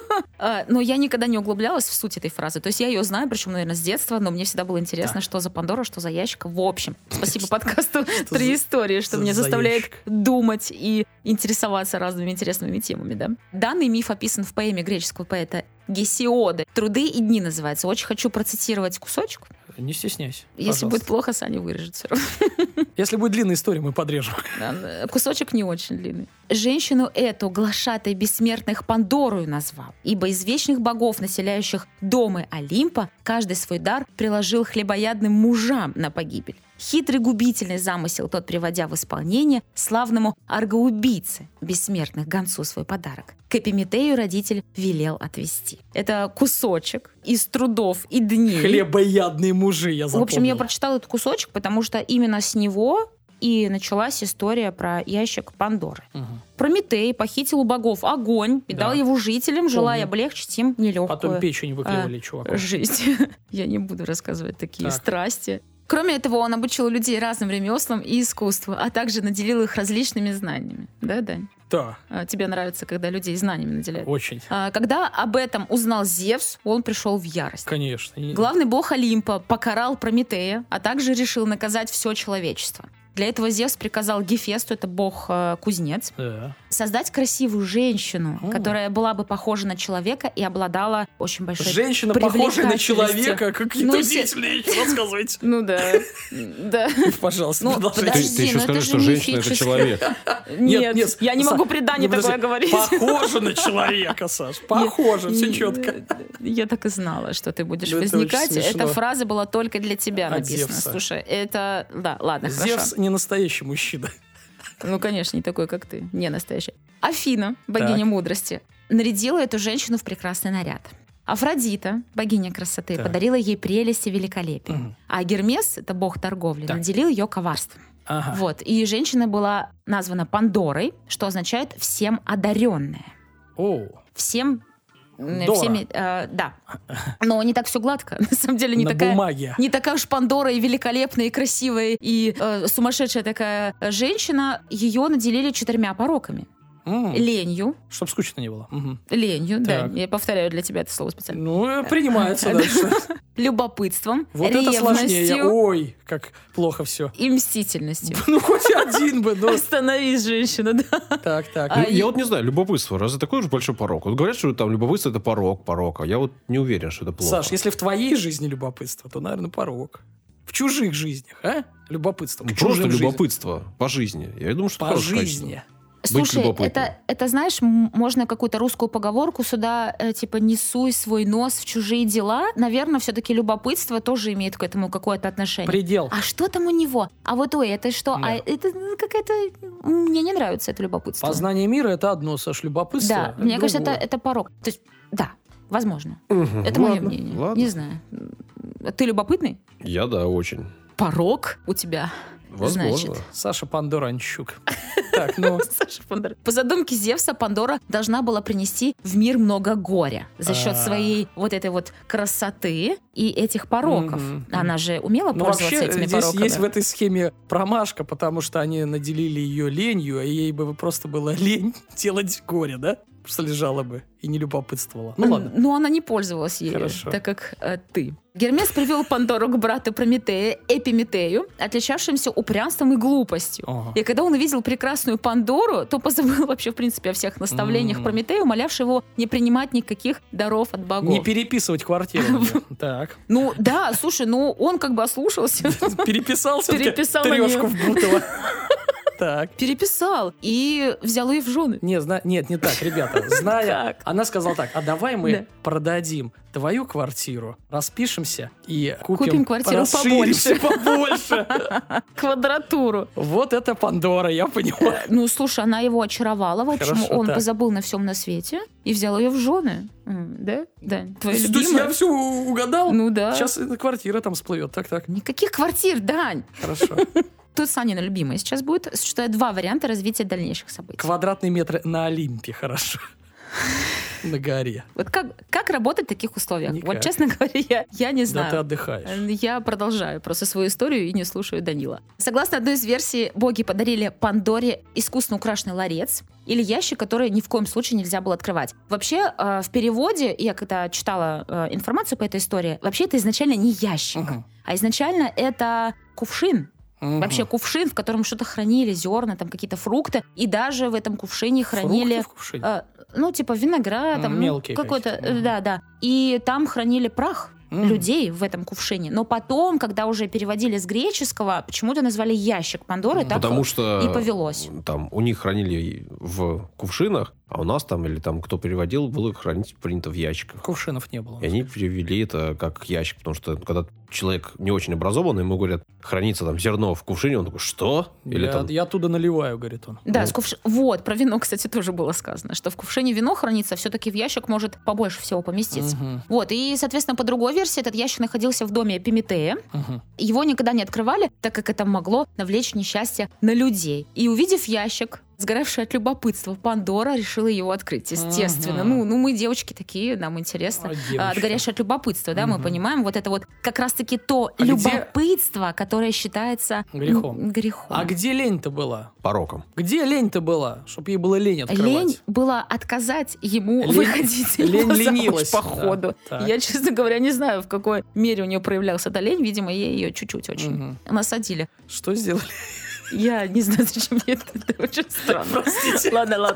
Speaker 3: Но я никогда не углублялась в суть этой фразы. То есть я ее знаю, причем, наверное, с детства, но мне всегда было интересно,
Speaker 2: Так.
Speaker 3: что за Пандора, что за ящик. В общем, спасибо подкасту «Три истории», что
Speaker 2: за
Speaker 3: меня заставляет
Speaker 2: ящик?
Speaker 3: думать и интересоваться разными интересными темами. Да? Данный миф описан в поэме греческого поэта Гесиода. «Труды и дни» называется. Очень хочу процитировать кусочек.
Speaker 2: Не стесняйся.
Speaker 3: Если
Speaker 2: пожалуйста.
Speaker 3: будет плохо, Саня вырежет все равно.
Speaker 2: Если будет длинная история, мы подрежем.
Speaker 3: Да, кусочек не очень длинный. «Женщину эту глашатой бессмертных Пандорою назвал, ибо из вечных богов, населяющих домы Олимпа, каждый свой дар приложил хлебоядным мужам на погибель. Хитрый губительный замысел тот, приводя в исполнение, славному аргоубийце бессмертных гонцу свой подарок. К Эпиметею родитель велел отвести». Это кусочек из трудов и дней.
Speaker 2: Хлебоядные мужи, я
Speaker 3: В
Speaker 2: запомнил.
Speaker 3: общем, я прочитала этот кусочек, потому что именно с него и началась история про ящик Пандоры.
Speaker 2: Мгм.
Speaker 3: Прометей похитил у богов огонь и
Speaker 2: Да.
Speaker 3: дал его жителям, желая
Speaker 2: Помню.
Speaker 3: облегчить им нелегкую
Speaker 2: Потом печень выклевали, чувак.
Speaker 3: жизнь. Я не буду рассказывать такие
Speaker 2: Так.
Speaker 3: страсти. Кроме этого, он обучил людей разным ремеслам и искусству, а также наделил их различными знаниями. Да, Дань?
Speaker 2: Да,
Speaker 3: Тебе нравится, когда людей знаниями наделяют?
Speaker 2: очень.
Speaker 3: Когда об этом узнал Зевс, он пришел в ярость.
Speaker 2: Конечно. И-
Speaker 3: Главный бог Олимпа покарал Прометея, а также решил наказать все человечество. Для этого Зевс приказал Гефесту, это бог-кузнец,
Speaker 2: Да.
Speaker 3: создать красивую женщину,
Speaker 2: О.
Speaker 3: которая была бы похожа на человека и обладала очень большой
Speaker 2: Женщина, похожая на
Speaker 3: привлекательностью.
Speaker 2: человека, какие-то
Speaker 3: Ну,
Speaker 2: удивительные вещи рассказывайте.
Speaker 3: Ну да, да.
Speaker 2: Пожалуйста,
Speaker 3: Ну,
Speaker 2: продолжайте.
Speaker 3: подожди.
Speaker 1: Ты еще
Speaker 3: ну это
Speaker 1: скажи,
Speaker 3: же
Speaker 1: что женщина — это
Speaker 3: мифическое.
Speaker 1: человек.
Speaker 3: Нет, я не могу
Speaker 2: Са-
Speaker 3: при Дане
Speaker 2: ну,
Speaker 3: такое
Speaker 2: подожди,
Speaker 3: говорить.
Speaker 2: Похоже на человека, Саш. Похоже, все четко.
Speaker 3: Я так и знала, что ты будешь
Speaker 2: Ну, это
Speaker 3: возникать.
Speaker 2: очень смешно.
Speaker 3: Эта фраза была только для тебя
Speaker 2: От
Speaker 3: написана.
Speaker 2: Зевса.
Speaker 3: Слушай, это... Да, ладно, хорошо.
Speaker 2: Зевс не настоящий мужчина.
Speaker 3: Ну, конечно, не такой, как ты. Не настоящий. Афина, богиня
Speaker 2: Так.
Speaker 3: мудрости, нарядила эту женщину в прекрасный наряд. Афродита, богиня красоты,
Speaker 2: Так.
Speaker 3: подарила ей прелесть и великолепие.
Speaker 2: Мгм.
Speaker 3: А Гермес, это бог торговли,
Speaker 2: Так.
Speaker 3: наделил ее коварством.
Speaker 2: Ага.
Speaker 3: Вот. И женщина была названа Пандорой, что означает «всем одаренная».
Speaker 2: О,
Speaker 3: Всем...
Speaker 2: Дора.
Speaker 3: Всеми, да. Но не так все гладко. На самом деле не
Speaker 2: на
Speaker 3: такая...
Speaker 2: бумаге.
Speaker 3: Не такая уж Пандора и великолепная, и красивая, и сумасшедшая такая женщина. Ее наделили 4 пороками. Ленью.
Speaker 2: Чтоб скучно не было. Мгм.
Speaker 3: Ленью, да.
Speaker 2: Так.
Speaker 3: Я повторяю для тебя это слово специально.
Speaker 2: Ну, принимается дальше.
Speaker 3: Любопытством,
Speaker 2: Вот это сложнее.
Speaker 3: ревностью
Speaker 2: Ой, как плохо все.
Speaker 3: и мстительностью.
Speaker 2: Ну, хоть один бы, ну.
Speaker 3: Остановись, женщина, да.
Speaker 2: Так, так.
Speaker 3: А,
Speaker 1: Я вот не знаю, любопытство, разве такой уж большой порок? Вот говорят, что там любопытство — это порок, а я вот не уверен, что это плохо.
Speaker 2: Саш, если в твоей жизни любопытство, то, наверное, порок. В чужих жизнях, а? Любопытство. В
Speaker 1: Просто
Speaker 2: чужих жизнях.
Speaker 1: любопытство по жизни. Я думаю, что это
Speaker 2: По
Speaker 1: хорошее
Speaker 2: жизни.
Speaker 3: Слушай,
Speaker 1: любопытным.
Speaker 3: это знаешь, можно какую-то русскую поговорку сюда, типа, не суй свой нос в чужие дела. Наверное, все-таки любопытство тоже имеет к этому какое-то отношение.
Speaker 2: Предел.
Speaker 3: А что там у него? А вот, ой, это что?
Speaker 2: Да.
Speaker 3: А это какая-то... Мне не нравится это любопытство.
Speaker 2: Познание мира — это одно, Саш, любопытство.
Speaker 3: Да, мне кажется,
Speaker 2: другое.
Speaker 3: это порок. То есть, да, возможно.
Speaker 1: Мгм.
Speaker 3: Это мое
Speaker 1: Ладно,
Speaker 3: мнение.
Speaker 1: ладно.
Speaker 3: Не знаю. Ты любопытный?
Speaker 1: Я, да, очень.
Speaker 3: Порок у тебя.
Speaker 1: Возможно.
Speaker 3: Значит.
Speaker 2: Саша Пандоранчук. Так, ну...
Speaker 3: Саша Пандора. По задумке Зевса, Пандора должна была принести в мир много горя за счет своей вот этой вот красоты и этих пороков.
Speaker 2: Мгм.
Speaker 3: Она же умела
Speaker 2: Ну,
Speaker 3: пользоваться
Speaker 2: вообще,
Speaker 3: этими
Speaker 2: здесь
Speaker 3: пороками.
Speaker 2: есть в этой схеме промашка, потому что они наделили ее ленью, а ей бы просто было лень делать горе, да? Просто лежала бы и не любопытствовала. Ну, ладно.
Speaker 3: Но она не пользовалась ею,
Speaker 2: Хорошо.
Speaker 3: так как ты. Гермес привел Пандору к брату Прометея, Эпиметею, отличавшимся упрямством и глупостью.
Speaker 2: Ага.
Speaker 3: И когда он увидел прекрасную Пандору, то позабыл вообще, в принципе, о всех наставлениях Прометея, умолявший его не принимать никаких даров от богов.
Speaker 2: Не переписывать квартиру. Так.
Speaker 3: Ну да, слушай, ну он как бы ослушался.
Speaker 2: Переписался
Speaker 3: Переписал на
Speaker 2: трешку
Speaker 3: неё.
Speaker 2: в Бутово. Так.
Speaker 3: Переписал и взял ее в жены.
Speaker 2: Нет, не так, ребята. Зная,
Speaker 3: Как?
Speaker 2: она сказала так: а давай мы
Speaker 3: Да.
Speaker 2: продадим твою квартиру, распишемся и
Speaker 3: Купим
Speaker 2: купим
Speaker 3: квартиру
Speaker 2: расширимся побольше.
Speaker 3: Квадратуру.
Speaker 2: Вот это Пандора, я понимаю.
Speaker 3: Ну, слушай, она его очаровала. В общем,
Speaker 2: Хорошо,
Speaker 3: он
Speaker 2: так.
Speaker 3: позабыл на всем на свете и взял ее в жены. Да? Да. Твоя
Speaker 2: То есть
Speaker 3: любимая?
Speaker 2: я все угадал?
Speaker 3: Ну да.
Speaker 2: Сейчас квартира там всплывет. Так.
Speaker 3: Никаких квартир, Дань.
Speaker 2: Хорошо.
Speaker 3: Тут Санина любимая сейчас будет. Существует два варианта развития дальнейших событий.
Speaker 2: Квадратные метры на Олимпе, хорошо. На горе.
Speaker 3: Вот как работать в таких условиях?
Speaker 2: Никак.
Speaker 3: Вот, честно говоря, я не
Speaker 2: Да ты
Speaker 3: знаю.
Speaker 2: отдыхаешь.
Speaker 3: Я продолжаю просто свою историю и не слушаю Данила. Согласно одной из версий, боги подарили Пандоре искусно украшенный ларец или ящик, который ни в коем случае нельзя было открывать. Вообще, в переводе, я когда читала информацию по этой истории, вообще это изначально не ящик,
Speaker 2: Мгм.
Speaker 3: а изначально это кувшин.
Speaker 2: Мгм.
Speaker 3: Вообще кувшин, в котором что-то хранили, зерна, там какие-то фрукты. И даже в этом кувшине хранили...
Speaker 2: Фрукты в кувшине?
Speaker 3: ну, типа виноград, там,
Speaker 2: Мелкие
Speaker 3: какой-то...
Speaker 2: какие-то.
Speaker 3: Да. И там хранили прах людей в этом кувшине. Но потом, когда уже переводили с греческого, почему-то назвали ящик Пандоры, так
Speaker 1: Потому что
Speaker 3: и повелось.
Speaker 1: там у них хранили в кувшинах, а у нас там, или там кто переводил, было хранить принято в ящиках.
Speaker 2: Кувшинов не было.
Speaker 1: И они перевели это как ящик, потому что когда человек не очень образованный, ему говорят, хранится там зерно в кувшине, он такой, что? Или там...
Speaker 2: Я оттуда наливаю, говорит он.
Speaker 3: Да, вот, про вино, кстати, тоже было сказано, что в кувшине вино хранится, все-таки в ящик может побольше всего поместиться.
Speaker 2: Мгм.
Speaker 3: Вот, и, соответственно, по другой версии, этот ящик находился в доме Эпиметея.
Speaker 2: Мгм.
Speaker 3: Его никогда не открывали, так как это могло навлечь несчастье на людей. И увидев ящик, сгоравшая от любопытства, Пандора решила его открыть, естественно.
Speaker 2: Мгм.
Speaker 3: Ну, мы девочки такие, нам интересно.
Speaker 2: А, девочка.
Speaker 3: Отгоревшая от любопытства, да, мы
Speaker 2: Мгм.
Speaker 3: понимаем. Вот это вот как раз-таки то
Speaker 2: А где-
Speaker 3: любопытство, которое считается
Speaker 2: Грехом.
Speaker 3: грехом.
Speaker 2: А где лень-то была?
Speaker 1: Пороком.
Speaker 2: Где лень-то была? Чтобы ей было лень открывать.
Speaker 3: Лень была отказать ему
Speaker 2: Лень-
Speaker 3: выходить
Speaker 2: лень
Speaker 3: его замуж
Speaker 2: ленилась,
Speaker 3: по
Speaker 2: да.
Speaker 3: ходу.
Speaker 2: Так.
Speaker 3: Я, честно говоря, не знаю, в какой мере у нее проявлялась эта лень. Видимо, ей ее чуть-чуть очень
Speaker 2: Мгм.
Speaker 3: насадили.
Speaker 2: Что сделали?
Speaker 3: Я не знаю, зачем мне это очень странно.
Speaker 2: Простите.
Speaker 3: Ладно.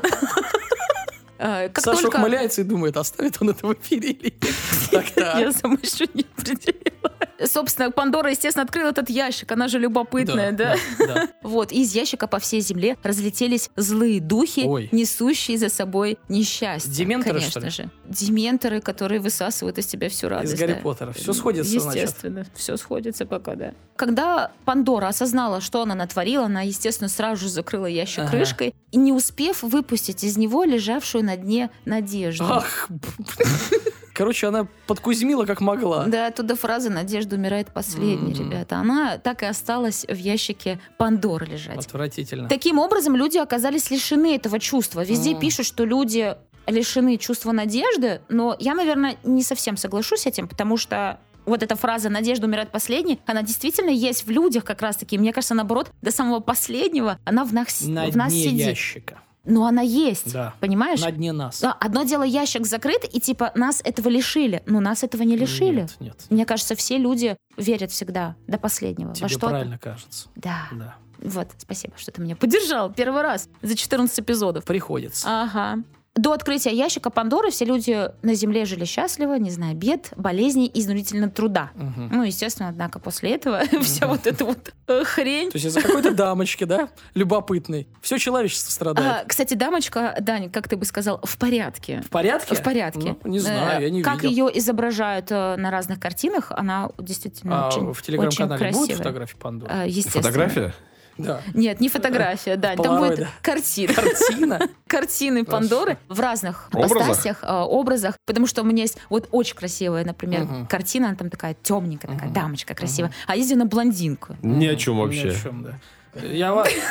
Speaker 3: Как
Speaker 2: Саша
Speaker 3: только
Speaker 2: ухмыляется и думает, оставит он это в эфире или нет. Так.
Speaker 3: я сама еще не определила. Собственно, Пандора, естественно, открыла этот ящик. Она же любопытная, да?
Speaker 2: Да.
Speaker 3: Вот, и из ящика по всей земле разлетелись злые духи,
Speaker 2: Ой.
Speaker 3: несущие за собой несчастье.
Speaker 2: Дементоры, что
Speaker 3: конечно
Speaker 2: ли?
Speaker 3: же. Дементоры, которые высасывают из тебя всю радость.
Speaker 2: Из Гарри
Speaker 3: да.
Speaker 2: Поттера. Все сходится, значит.
Speaker 3: Естественно, все сходится пока, да. Когда Пандора осознала, что она натворила, она, естественно, сразу же закрыла ящик
Speaker 2: Ага.
Speaker 3: крышкой, и не успев выпустить из него лежавшую на дне надежду.
Speaker 2: Ах, короче, она подкузмила как могла.
Speaker 3: Да, оттуда фраза «Надежда умирает последней»,
Speaker 2: Мгм.
Speaker 3: ребята. Она так и осталась в ящике Пандоры лежать.
Speaker 2: Отвратительно.
Speaker 3: Таким образом, люди оказались лишены этого чувства. Везде пишут, что люди лишены чувства надежды, но я, наверное, не совсем соглашусь с этим, потому что вот эта фраза «надежда умирает последней», она действительно есть в людях как раз-таки. Мне кажется, наоборот, до самого последнего она в нас,
Speaker 2: На
Speaker 3: в нас
Speaker 2: дне
Speaker 3: сидит.
Speaker 2: ящика.
Speaker 3: Но она есть,
Speaker 2: Да.
Speaker 3: понимаешь?
Speaker 2: На дне нас.
Speaker 3: Да, одно дело, ящик закрыт, и типа нас этого лишили, но нас этого не лишили.
Speaker 2: Нет.
Speaker 3: Мне кажется, все люди верят всегда до последнего во
Speaker 2: Тебе
Speaker 3: что-то.
Speaker 2: правильно кажется.
Speaker 3: Да.
Speaker 2: Да.
Speaker 3: Вот, спасибо, что ты меня поддержал первый раз за 14 эпизодов.
Speaker 2: Приходится.
Speaker 3: Ага. До открытия ящика Пандоры все люди на Земле жили счастливо, не зная бед, болезней и изнурительного труда. Ну, естественно, однако, после этого вся вот эта вот хрень.
Speaker 2: То есть из-за какой-то дамочки, да, любопытной, все человечество страдает.
Speaker 3: Кстати, дамочка, Дань, как ты бы сказал, в порядке.
Speaker 2: В порядке?
Speaker 3: В порядке.
Speaker 2: Ну, не знаю, я не
Speaker 3: как
Speaker 2: видел.
Speaker 3: ее изображают на разных картинах, она действительно очень,
Speaker 2: в телеграм-канале
Speaker 3: очень красивая.
Speaker 2: будут фотографии Пандоры?
Speaker 3: Естественно.
Speaker 1: Фотография?
Speaker 2: Да.
Speaker 3: Нет, не фотография, да. Там будет
Speaker 2: Полароида.
Speaker 3: картина.
Speaker 2: Картина?
Speaker 3: Картины Пандоры в разных
Speaker 1: Образах?
Speaker 3: апостасиях, образах. Потому что у меня есть вот очень красивая, например, картина, она там такая темненькая, такая дамочка красивая. А есть она блондинку.
Speaker 1: Ни о чем
Speaker 2: Ни
Speaker 1: вообще.
Speaker 2: о чем, да. Я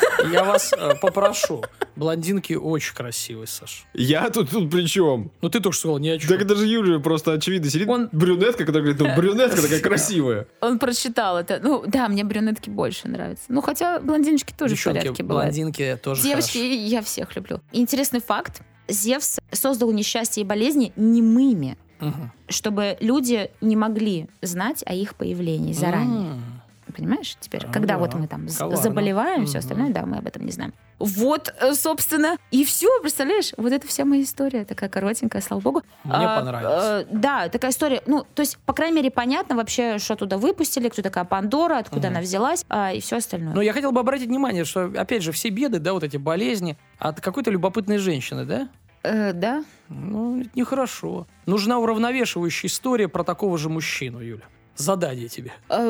Speaker 2: вас попрошу. Блондинки очень красивые, Саш.
Speaker 1: Я тут при чем?
Speaker 2: Ну ты только что сказал, ни о чем.
Speaker 1: Так это же Юлия просто очевидно сидит. Брюнетка, которая говорит, ну брюнетка такая красивая.
Speaker 3: Он прочитал это. Ну да, мне брюнетки больше нравятся. Ну хотя блондиночки тоже
Speaker 2: Девчонки,
Speaker 3: в порядке бывают.
Speaker 2: блондинки тоже
Speaker 3: Девочки,
Speaker 2: хорошо.
Speaker 3: я всех люблю. Интересный факт. Зевс создал несчастье и болезни немыми, чтобы люди не могли знать о их появлении заранее. Понимаешь, теперь, когда
Speaker 2: да.
Speaker 3: вот мы там
Speaker 2: Коварно.
Speaker 3: заболеваем, все остальное, да, мы об этом не знаем. Вот, собственно, и все, представляешь? Вот это вся моя история, такая коротенькая, слава богу.
Speaker 2: Мне понравилось.
Speaker 3: Да, такая история. Ну, то есть, по крайней мере, понятно вообще, что туда выпустили, кто такая Пандора, откуда она взялась, и все остальное.
Speaker 2: Но я хотел бы обратить внимание, что, опять же, все беды, да, вот эти болезни от какой-то любопытной женщины, да?
Speaker 3: Да.
Speaker 2: Ну, это нехорошо. Нужна уравновешивающая история про такого же мужчину, Юля. Задание тебе.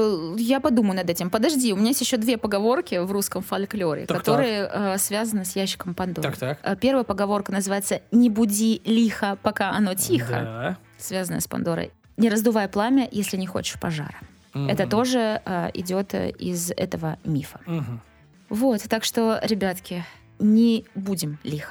Speaker 3: Я подумаю над этим. Подожди, у меня есть еще две поговорки в русском фольклоре,
Speaker 2: Так,
Speaker 3: которые связаны с ящиком Пандоры.
Speaker 2: Так.
Speaker 3: Первая поговорка называется «Не буди лихо, пока оно тихо»,
Speaker 2: Да.
Speaker 3: связанная с Пандорой. «Не раздувай пламя, если не хочешь пожара». Это тоже идет из этого мифа. Вот, так что, ребятки, не будем лихо.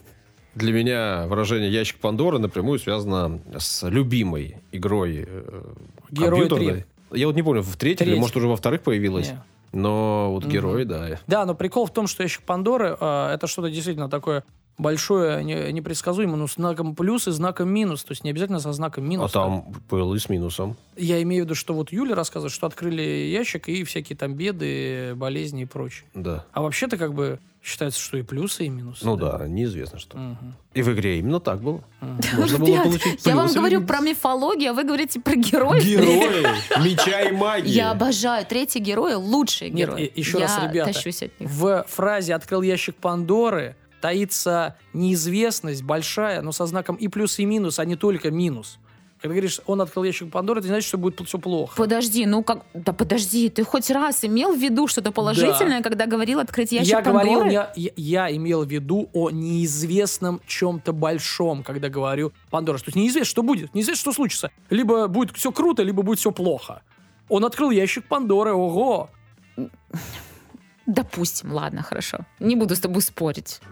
Speaker 1: Для меня выражение «ящик Пандоры» напрямую связано с любимой игрой
Speaker 2: Герои
Speaker 1: компьютерной. Я вот не помню, в третьей или, может, уже во вторых появилась.
Speaker 2: Не.
Speaker 1: Но вот герои, да.
Speaker 2: Да, но прикол в том, что ящик Пандоры это что-то действительно такое большое, непредсказуемое, но с знаком плюс и знаком минус. То есть не обязательно со знаком минус.
Speaker 1: А там было и с минусом.
Speaker 2: Я имею в виду, что вот Юля рассказывает, что открыли ящик и всякие там беды, болезни и прочее.
Speaker 1: Да.
Speaker 2: А вообще-то как бы считается, что и плюсы, и минусы.
Speaker 1: Ну да, неизвестно что. И в игре именно так было. Можно было
Speaker 3: Ребят,
Speaker 1: получить
Speaker 3: я вам
Speaker 1: плюс или
Speaker 3: говорю
Speaker 1: минус.
Speaker 3: про мифологию, а вы говорите про героев.
Speaker 1: Герои, меча и магии.
Speaker 3: Я обожаю. Третьи герои — лучшие
Speaker 2: Нет,
Speaker 3: герои.
Speaker 2: еще раз,
Speaker 3: Я
Speaker 2: ребята,
Speaker 3: тащусь от них.
Speaker 2: в фразе «открыл ящик Пандоры» таится неизвестность большая, но со знаком и плюс, и минус, а не только минус. Когда говоришь, он открыл ящик Пандоры, это не значит, что будет все плохо.
Speaker 3: Подожди, ну как... Да подожди, ты хоть раз имел в виду что-то положительное, когда говорил открыть ящик
Speaker 2: Я
Speaker 3: Пандоры?
Speaker 2: говорил, я имел в виду о неизвестном чем-то большом, когда говорю Пандора. Что неизвестно, что будет, неизвестно, что случится. Либо будет все круто, либо будет все плохо. Он открыл ящик Пандоры, ого!
Speaker 3: Допустим, ладно, хорошо. Не буду с тобой спорить.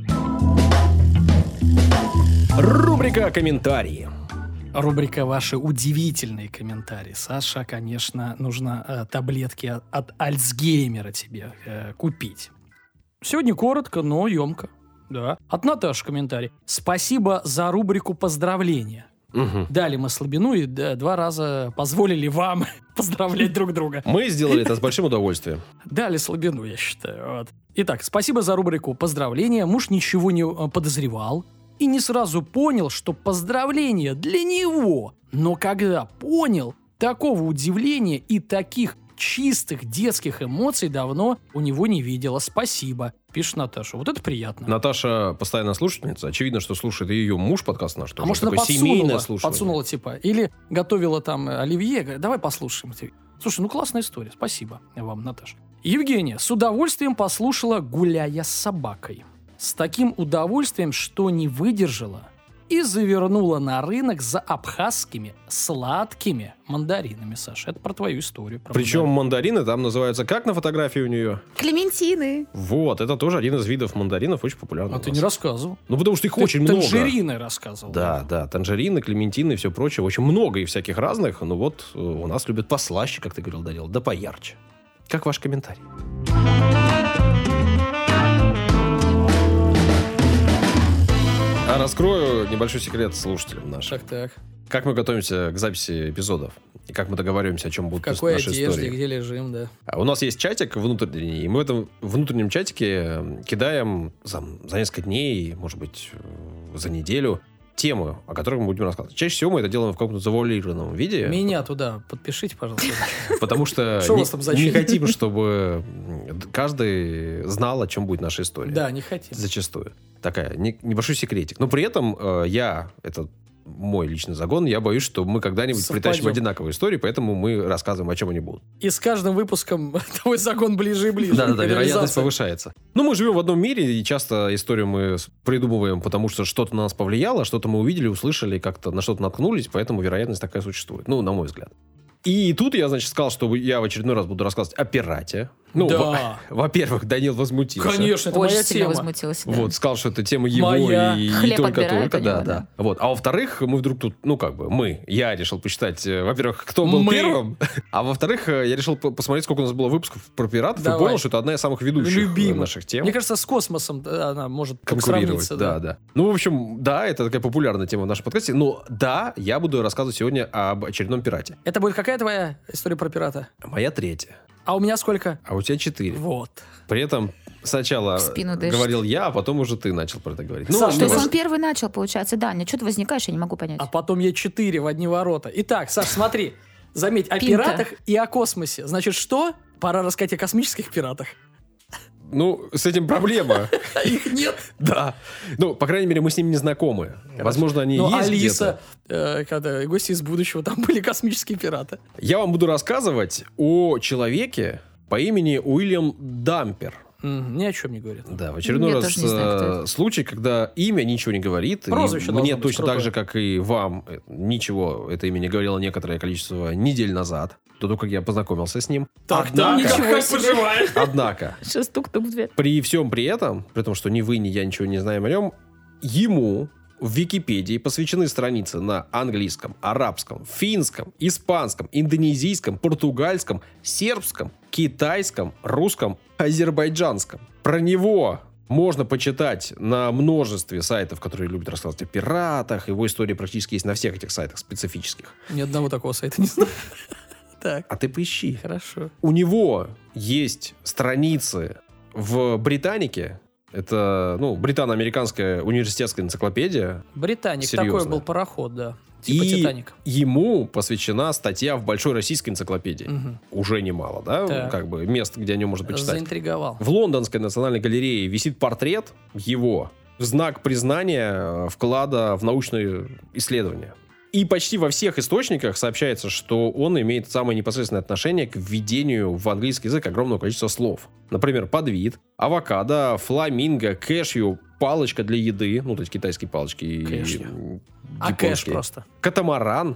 Speaker 1: Рубрика «Комментарии».
Speaker 2: Рубрика «Ваши удивительные комментарии». Саша, конечно, нужно таблетки от Альцгеймера тебе купить. Сегодня коротко, но емко. Да. От Наташи комментарий. Спасибо за рубрику «Поздравления». Дали мы слабину и 2 раза позволили вам поздравлять друг друга.
Speaker 1: Мы сделали это с большим удовольствием.
Speaker 2: Дали слабину, я считаю. Вот. Итак, спасибо за рубрику «Поздравления». Муж ничего не подозревал и не сразу понял, что поздравление для него. Но когда понял, такого удивления и таких чистых детских эмоций давно у него не видела. Спасибо, пишет Наташа. Вот это приятно.
Speaker 1: Наташа постоянная слушательница. Очевидно, что слушает и ее муж подкаст наш.
Speaker 2: А может, она подсунула, типа, или готовила там оливье, говорит, давай послушаем. Слушай, ну классная история, спасибо вам, Наташа. Евгения с удовольствием послушала «Гуляя с собакой». С таким удовольствием, что не выдержала и завернула на рынок за абхазскими сладкими мандаринами, Саша. Это про твою историю. Про
Speaker 1: Причем мандарины там называются как на фотографии у нее?
Speaker 3: Клементины.
Speaker 1: Вот, это тоже один из видов мандаринов, очень популярный.
Speaker 2: А ты не рассказывал.
Speaker 1: Ну, потому что их
Speaker 2: Ты
Speaker 1: очень много.
Speaker 2: танжерины рассказывал.
Speaker 1: Да, танжерины, клементины и все прочее. Очень много и всяких разных. Ну вот, у нас любят послаще, как ты говорил, Данил, да поярче. Как ваш комментарий? А раскрою небольшой секрет слушателям нашим.
Speaker 2: Так.
Speaker 1: Как мы готовимся к записи эпизодов? И как мы договариваемся, о чем будут
Speaker 2: В какой
Speaker 1: наши
Speaker 2: одежде,
Speaker 1: истории?
Speaker 2: где лежим, да.
Speaker 1: У нас есть чатик внутренний, и мы в этом внутреннем чатике кидаем за несколько дней, может быть, за неделю темы, о которых мы будем рассказывать. Чаще всего мы это делаем в каком-то завуалированном виде.
Speaker 2: Меня туда подпишите, пожалуйста.
Speaker 1: Потому что не хотим, чтобы каждый знал, о чем будет наша история.
Speaker 2: Да, не хотим.
Speaker 1: Зачастую. Такая небольшой секретик. Но при этом это мой личный загон, я боюсь, что мы когда-нибудь притащим одинаковые истории, поэтому мы рассказываем, о чем они будут.
Speaker 2: И с каждым выпуском твой загон ближе и ближе.
Speaker 1: Да-да-да, вероятность повышается. Но мы живем в одном мире, и часто историю мы придумываем, потому что что-то на нас повлияло, что-то мы увидели, услышали, как-то на что-то наткнулись, поэтому вероятность такая существует. Ну, на мой взгляд. И тут я, значит, сказал, что я в очередной раз буду рассказывать о пирате. Ну,
Speaker 2: да.
Speaker 1: Во-первых, Данил возмутился.
Speaker 2: Конечно, это
Speaker 3: Очень
Speaker 2: моя
Speaker 3: сильно
Speaker 2: тема.
Speaker 3: возмутился. Да.
Speaker 1: Вот, сказал, что это тема его
Speaker 2: Моя.
Speaker 1: и
Speaker 3: Хлеб
Speaker 1: только-только.
Speaker 3: отбирает у него,
Speaker 1: Да. Вот. А во-вторых, мы вдруг тут, я решил посчитать, во-первых, кто был первым, а во-вторых, я решил посмотреть, сколько у нас было выпусков про пиратов, и понял, что это одна из самых ведущих наших тем.
Speaker 2: Мне кажется, с космосом она может
Speaker 1: конкурировать.
Speaker 2: сравниться.
Speaker 1: Да. Ну, в общем, да, это такая популярная тема в нашем подкасте, но да, я буду рассказывать сегодня об очередном пирате.
Speaker 2: Это будет какая твоя история про пирата?
Speaker 1: Моя 3.
Speaker 2: А у меня сколько?
Speaker 1: А у тебя 4.
Speaker 2: Вот.
Speaker 1: При этом сначала говорил я, а потом уже ты начал про это говорить.
Speaker 3: Саш, то есть он первый начал, получается, Даня. Что ты возникаешь, я не могу понять.
Speaker 2: А потом я 4 в одни ворота. Итак, Саш, смотри. Заметь, о пиратах и о космосе. Значит, что? Пора рассказать о космических пиратах.
Speaker 1: Ну, с этим проблема.
Speaker 2: Их нет.
Speaker 1: Да. Ну, по крайней мере, мы с ними не знакомы. Возможно, они есть
Speaker 2: Алиса, когда гости из будущего, там были космические пираты.
Speaker 1: Я вам буду рассказывать о человеке по имени Уильям Дампер.
Speaker 2: Ни о чем не говорит.
Speaker 1: Да, в очередной раз случай, когда имя ничего не говорит.
Speaker 2: Прозвище
Speaker 1: мне точно так же, как и вам, ничего это имя не говорило некоторое количество недель назад. До того, как я познакомился с ним.
Speaker 2: Ничего себе.
Speaker 1: Однако,
Speaker 3: Тук-тук в дверь.
Speaker 1: при всем при этом, при том, что ни вы, ни я ничего не знаем о нем, ему в Википедии посвящены страницы на английском, арабском, финском, испанском, индонезийском, португальском, сербском, китайском, русском, азербайджанском. Про него можно почитать на множестве сайтов, которые любят рассказывать о пиратах. Его история практически есть на всех этих сайтах специфических.
Speaker 2: Ни одного такого сайта не знаю. Так.
Speaker 1: А ты поищи.
Speaker 2: Хорошо.
Speaker 1: У него есть страницы в Британике. Это, британо-американская университетская энциклопедия.
Speaker 2: Британик,
Speaker 1: серьезная.
Speaker 2: такой был пароход, да. Типа
Speaker 1: и
Speaker 2: Титаник.
Speaker 1: Ему посвящена статья в Большой российской энциклопедии. Уже немало, да?
Speaker 2: Так.
Speaker 1: Как бы мест, где о нем можно почитать.
Speaker 2: Заинтриговал.
Speaker 1: В Лондонской национальной галерее висит портрет его в знак признания вклада в научные исследования. И почти во всех источниках сообщается, что он имеет самое непосредственное отношение к введению в английский язык огромного количества слов. Например, подвид, авокадо, фламинго, кэшью, палочка для еды, то есть китайские палочки.
Speaker 2: Кэшью. А кэш просто.
Speaker 1: Катамаран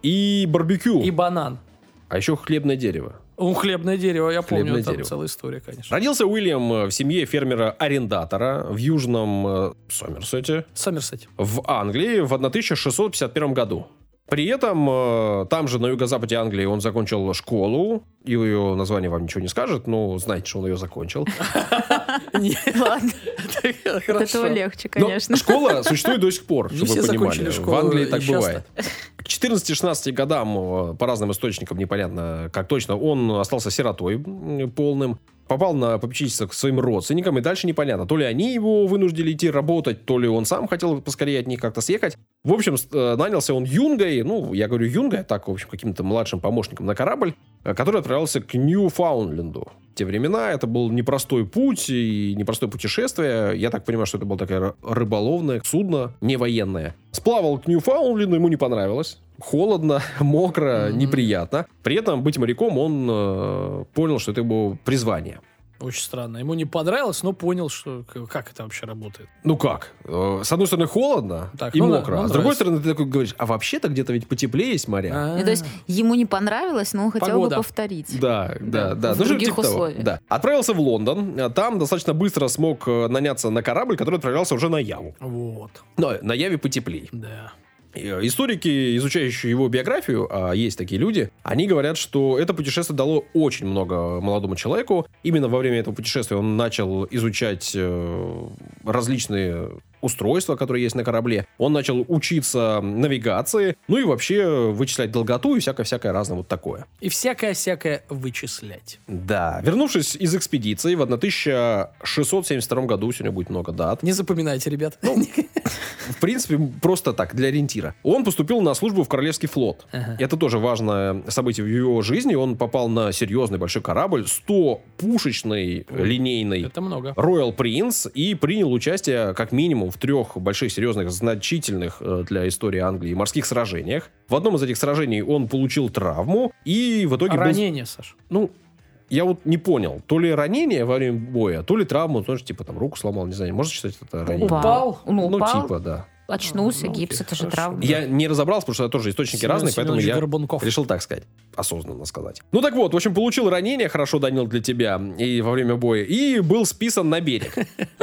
Speaker 1: и барбекю.
Speaker 2: И банан.
Speaker 1: А еще хлебное дерево.
Speaker 2: Хлебное дерево, я помню, там целая история, конечно.
Speaker 1: Родился Уильям в семье фермера-арендатора в южном Сомерсете. В Англии в 1651 году. При этом там же, на юго-западе Англии, он закончил школу. И ее название вам ничего не скажет, но знаете, что он ее закончил.
Speaker 3: Ладно. От этого легче, конечно.
Speaker 1: Школа существует до сих пор, чтобы вы понимали. В Англии так бывает. К 14-16 годам, по разным источникам, непонятно как точно, он остался сиротой полным. Попал на попечительство к своим родственникам, и дальше непонятно, то ли они его вынудили идти работать, то ли он сам хотел поскорее от них как-то съехать. В общем, нанялся он юнгой, я говорю юнгой, так, в общем, каким-то младшим помощником на корабль, который отправился к Ньюфаундленду. В те времена это был непростой путь и непростое путешествие. Я так понимаю, что это было такое рыболовное судно, не военное. Сплавал к Ньюфаундленду, ему не понравилось. Холодно, мокро, неприятно. При этом быть моряком он понял, что это его призвание.
Speaker 2: Очень странно. Ему не понравилось, но понял, что как это вообще работает.
Speaker 1: Как? С одной стороны, холодно и мокро. А с другой стороны, ты такой говоришь, а вообще-то где-то ведь потеплее есть моря.
Speaker 3: То есть ему не понравилось, но он хотел бы повторить.
Speaker 1: Да.
Speaker 3: В других условиях.
Speaker 1: Да. Отправился в Лондон. Там достаточно быстро смог наняться на корабль, который отправлялся уже на Яву.
Speaker 2: Вот.
Speaker 1: Но на Яве потеплее.
Speaker 2: Да.
Speaker 1: Историки, изучающие его биографию, а есть такие люди, они говорят, что это путешествие дало очень много молодому человеку. Именно во время этого путешествия он начал изучать различные устройства, которые есть на корабле. Он начал учиться навигации, ну и вообще вычислять долготу и всякое-всякое разное вот такое.
Speaker 2: И всякое-всякое вычислять.
Speaker 1: Да. Вернувшись из экспедиции в 1672 году, сегодня будет много дат.
Speaker 2: Не запоминайте, ребят.
Speaker 1: В принципе, просто так, для ориентира. Он поступил на службу в Королевский флот. Это тоже важное событие в его жизни. Он попал на серьезный большой корабль, 100-пушечный линейный
Speaker 2: Это много.
Speaker 1: Royal Prince, и принял участие как минимум в 3 больших, серьезных, значительных для истории Англии морских сражениях. В одном из этих сражений он получил травму, и в итоге...
Speaker 2: Ранение, Саш.
Speaker 1: Ну, я вот не понял, то ли ранение во время боя, то ли травму, тоже типа там руку сломал, не знаю, можно считать это ранение?
Speaker 2: Упал?
Speaker 3: Ну, упал,
Speaker 1: типа, да.
Speaker 3: очнулся,
Speaker 2: Ну,
Speaker 3: гипс,
Speaker 2: окей,
Speaker 3: это же
Speaker 2: хорошо.
Speaker 3: травма.
Speaker 1: Я не разобрался, потому что тоже источники
Speaker 2: Семен
Speaker 1: разные, поэтому
Speaker 2: Семенович
Speaker 1: я
Speaker 2: Горбунков.
Speaker 1: решил так сказать. Осознанно сказать. Ну так вот, в общем, получил ранение, хорошо, Данил, для тебя, и во время боя, и был списан на берег.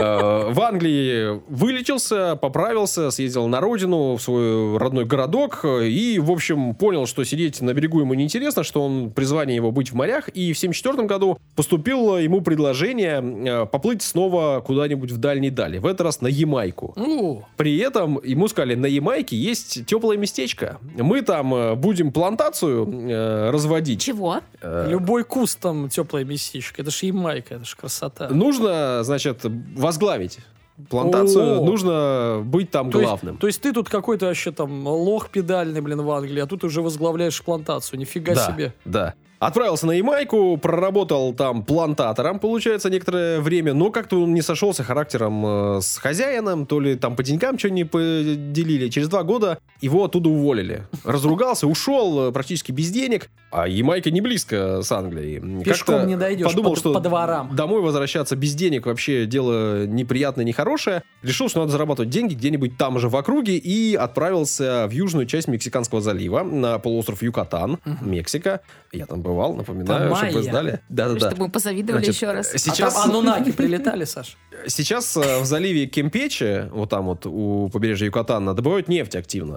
Speaker 1: В Англии вылечился, поправился, съездил на родину, в свой родной городок, и, в общем, понял, что сидеть на берегу ему неинтересно, что он призвание его быть в морях, и в 1974 году поступило ему предложение поплыть снова куда-нибудь в дальней дали, в этот раз на Ямайку. При этом ему сказали, на Ямайке есть теплое местечко. Мы там будем плантацию разводить.
Speaker 3: Чего?
Speaker 2: Любой куст там теплое местечко. Это ж Ямайка, это ж красота.
Speaker 1: Нужно, значит, возглавить плантацию.
Speaker 2: О.
Speaker 1: Нужно быть там главным.
Speaker 2: То есть ты тут какой-то вообще там лох педальный, блин, в Англии, а тут уже возглавляешь плантацию. Нифига себе.
Speaker 1: Да. Отправился на Ямайку, проработал там плантатором, получается, некоторое время, но как-то он не сошелся характером с хозяином, то ли там по деньгам что не поделили. Через 2 года его оттуда уволили. Разругался, ушел практически без денег, а Ямайка не близко с Англией.
Speaker 2: Пешком
Speaker 1: Как-то
Speaker 2: не дойдешь
Speaker 1: подумал, что
Speaker 2: по дворам.
Speaker 1: домой возвращаться без денег вообще дело неприятное, нехорошее. Решил, что надо зарабатывать деньги где-нибудь там же в округе, и отправился в южную часть Мексиканского залива, на полуостров Юкатан, Мексика. Я там бывал, напоминаю,
Speaker 2: Там
Speaker 1: чтобы вы
Speaker 2: майя.
Speaker 1: знали. Да-да-да.
Speaker 3: Чтобы мы позавидовали
Speaker 1: Значит,
Speaker 3: еще раз.
Speaker 1: Сейчас,
Speaker 2: А там анунаки прилетали, Саш?
Speaker 1: сейчас в заливе Кемпече, вот там вот у побережья Юкатана, добывают нефть активно.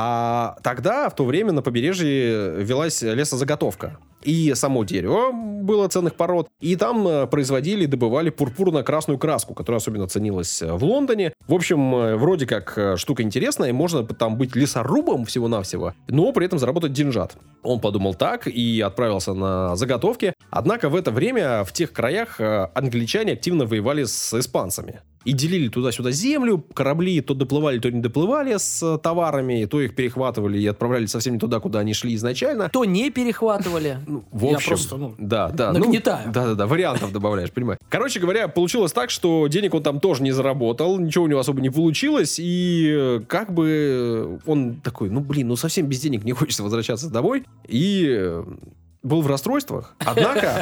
Speaker 1: А тогда, в то время, на побережье велась лесозаготовка. И само дерево было ценных пород. И там производили, добывали пурпурно-красную краску, которая особенно ценилась в Лондоне. В общем, вроде как штука интересная. Можно там быть лесорубом всего-навсего, но при этом заработать деньжат. Он подумал так и отправился на заготовки. Однако в это время в тех краях англичане активно воевали с испанцами. И делили туда-сюда землю, корабли то доплывали, то не доплывали с товарами, то их перехватывали и отправляли совсем не туда, куда они шли изначально.
Speaker 2: То не перехватывали.
Speaker 1: В общем,
Speaker 2: Я просто,
Speaker 1: да,
Speaker 2: нагнетаю.
Speaker 1: Да, вариантов добавляешь, понимаешь. Короче говоря, получилось так, что денег он там тоже не заработал, ничего у него особо не получилось, и как бы он такой, совсем без денег не хочется возвращаться домой, и был в расстройствах. Однако,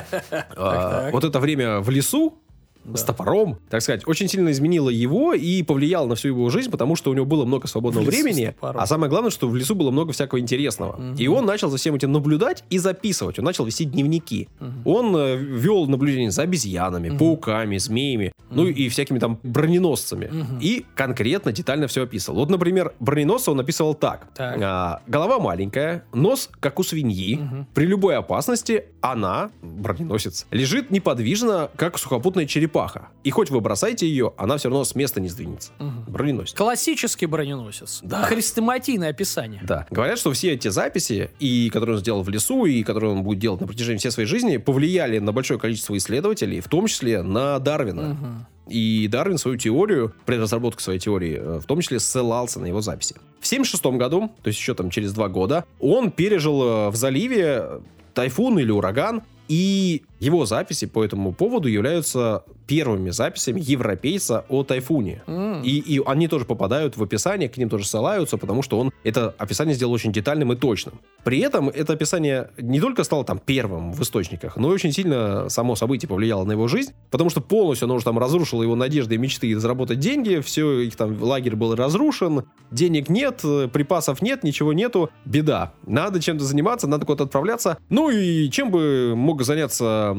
Speaker 1: вот это время в лесу, с топором, так сказать, очень сильно изменило его и повлияло на всю его жизнь, потому что у него было много свободного времени, а самое главное, что в лесу было много всякого интересного. И он начал за всем этим наблюдать и записывать. Он начал вести дневники. Он вел наблюдения за обезьянами, пауками, змеями, ну и всякими там броненосцами. И конкретно, детально все описывал. Вот, например, броненосца он описывал так. Голова маленькая, нос как у свиньи. При любой опасности она, броненосец, лежит неподвижно, как сухопутная черепаха. И хоть вы бросайте ее, она все равно с места не сдвинется. Броненосец.
Speaker 2: Классический броненосец.
Speaker 1: Да.
Speaker 2: Хрестоматийное описание.
Speaker 1: Да. Говорят, что все эти записи, и которые он сделал в лесу, и которые он будет делать на протяжении всей своей жизни, повлияли на большое количество исследователей, в том числе на Дарвина. И Дарвин свою теорию, при разработке своей теории, в том числе ссылался на его записи. В 1976 году, то есть еще там через 2 года, он пережил в заливе тайфун или ураган, и его записи по этому поводу являются первыми записями европейца о тайфуне. И они тоже попадают в описание, к ним тоже ссылаются, потому что он это описание сделал очень детальным и точным. При этом это описание не только стало там первым в источниках, но и очень сильно само событие повлияло на его жизнь, потому что полностью оно уже там разрушило его надежды и мечты заработать деньги, все, их там лагерь был разрушен, денег нет, припасов нет, ничего нету, беда. Надо чем-то заниматься, надо куда-то отправляться. Ну и чем бы мог заняться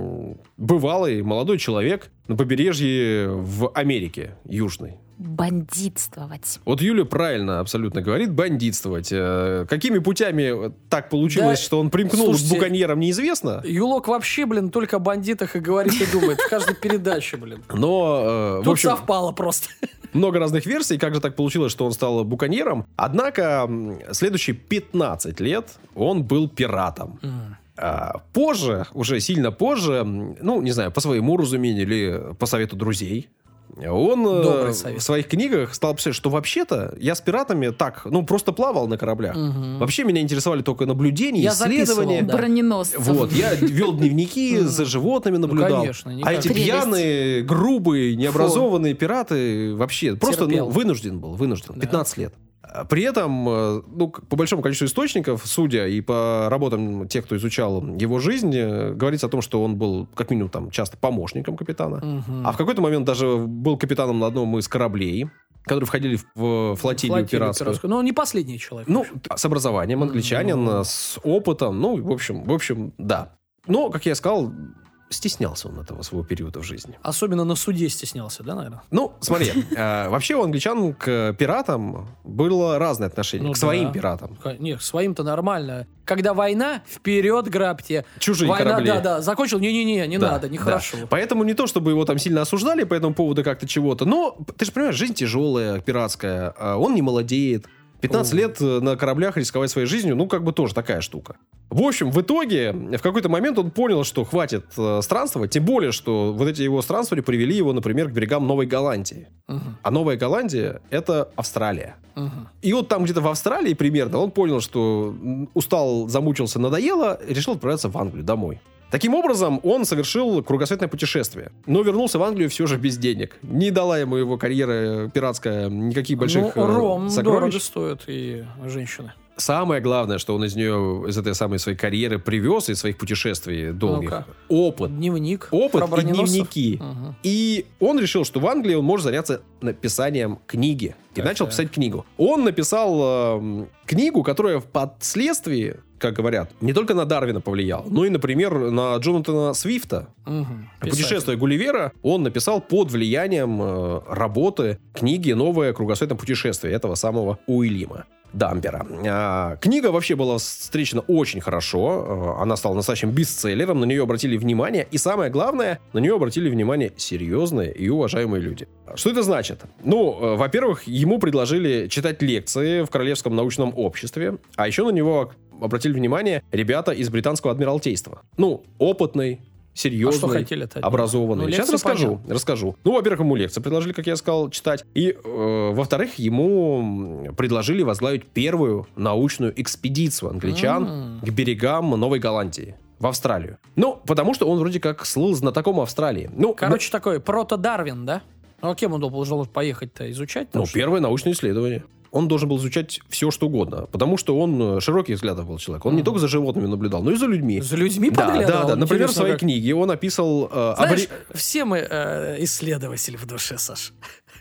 Speaker 1: бывалый молодой человек на побережье в Америке Южной?
Speaker 3: Бандитствовать.
Speaker 1: Вот Юля правильно абсолютно говорит, бандитствовать. Какими путями так получилось,
Speaker 2: Да,
Speaker 1: что он примкнул
Speaker 2: слушайте,
Speaker 1: к буконьерам, неизвестно.
Speaker 2: Юлок вообще, блин, только о бандитах и говорит и думает. В каждой передаче, блин.
Speaker 1: Но,
Speaker 2: Тут
Speaker 1: в общем,
Speaker 2: совпало просто.
Speaker 1: много разных версий, как же так получилось, что он стал буконьером. Однако следующие 15 лет он был пиратом. Позже, уже сильно позже, ну, не знаю, по своему разумению или по совету друзей, он в своих книгах стал писать, что вообще-то я с пиратами так, ну, просто плавал на кораблях. Вообще меня интересовали только наблюдения, исследования.
Speaker 3: Броненосцев.
Speaker 1: Вот, я вел дневники, за животными наблюдал.
Speaker 2: Конечно,
Speaker 1: а эти пьяные, грубые, необразованные пираты вообще просто вынужден был, 15 лет. При этом, ну, по большому количеству источников, судя и по работам тех, кто изучал его жизнь, говорится о том, что он был, как минимум, там, часто помощником капитана. А в какой-то момент даже был капитаном на одном из кораблей, которые входили в флотилию пиратскую.
Speaker 2: Но он не последний человек.
Speaker 1: Ну, с образованием, англичанин, с опытом, ну, в общем, да. Но, как я сказал, стеснялся он этого своего периода в жизни.
Speaker 2: Особенно на суде стеснялся, да, наверное?
Speaker 1: Ну, смотри, вообще у англичан к пиратам было разное отношение. К своим пиратам.
Speaker 2: Нет, к своим-то нормально. Когда война, вперед грабьте.
Speaker 1: Чужие корабли.
Speaker 2: Да, закончил, не надо, нехорошо.
Speaker 1: Поэтому не то, чтобы его там сильно осуждали по этому поводу как-то чего-то, но, ты же понимаешь, жизнь тяжелая, пиратская, он не молодеет. 15 лет на кораблях рисковать своей жизнью, ну, как бы тоже такая штука. В общем, в итоге, в какой-то момент он понял, что хватит странствовать, тем более, что вот эти его странствования привели его, например, к берегам Новой Голландии. А Новая Голландия — это Австралия. И вот там где-то в Австралии примерно он понял, что устал, замучился, надоело, и решил отправиться в Англию домой. Таким образом, он совершил кругосветное путешествие, но вернулся в Англию все же без денег. Не дала ему его карьера пиратская никаких больших
Speaker 2: ром
Speaker 1: сокровищ.
Speaker 2: Дорого стоит и женщины.
Speaker 1: Самое главное, что он из этой самой своей карьеры привез, из своих путешествий долгих. Опыт.
Speaker 2: Дневник.
Speaker 1: Опыт и дневники. И он решил, что в Англии он может заняться написанием книги. И начал писать книгу. Он написал книгу, которая впоследствии, как говорят, не только на Дарвина повлиял, но и, например, на Джонатана Свифта. Путешествие Гулливера он написал под влиянием работы книги «Новое кругосветное путешествие» этого самого Уильяма Дампера. Книга вообще была встречена очень хорошо. Она стала настоящим бестселлером. На нее обратили внимание. И самое главное, на нее обратили внимание серьезные и уважаемые люди. Что это значит? Ну, во-первых, ему предложили читать лекции в Королевском научном обществе. А еще на него обратили внимание ребята из британского адмиралтейства. Ну, опытный, серьезный, образованный. Сейчас расскажу. Ну, во-первых, ему лекции предложили, как я сказал, читать. И, во-вторых, ему предложили возглавить первую научную экспедицию англичан к берегам Новой Голландии. В Австралию. Ну, потому что он вроде как слыл знатоком Австралии. Ну,
Speaker 2: короче, такой прото-Дарвин, да? Ну, а кем он должен поехать-то изучать?
Speaker 1: Ну, первое научное исследование. Он должен был изучать все, что угодно. Потому что он широких взглядов был человек. Он не только за животными наблюдал, но и за людьми.
Speaker 2: За людьми подглядывал?
Speaker 1: Да. Например, в своей книге он описал...
Speaker 2: Знаешь, все мы исследователи в душе, Саш.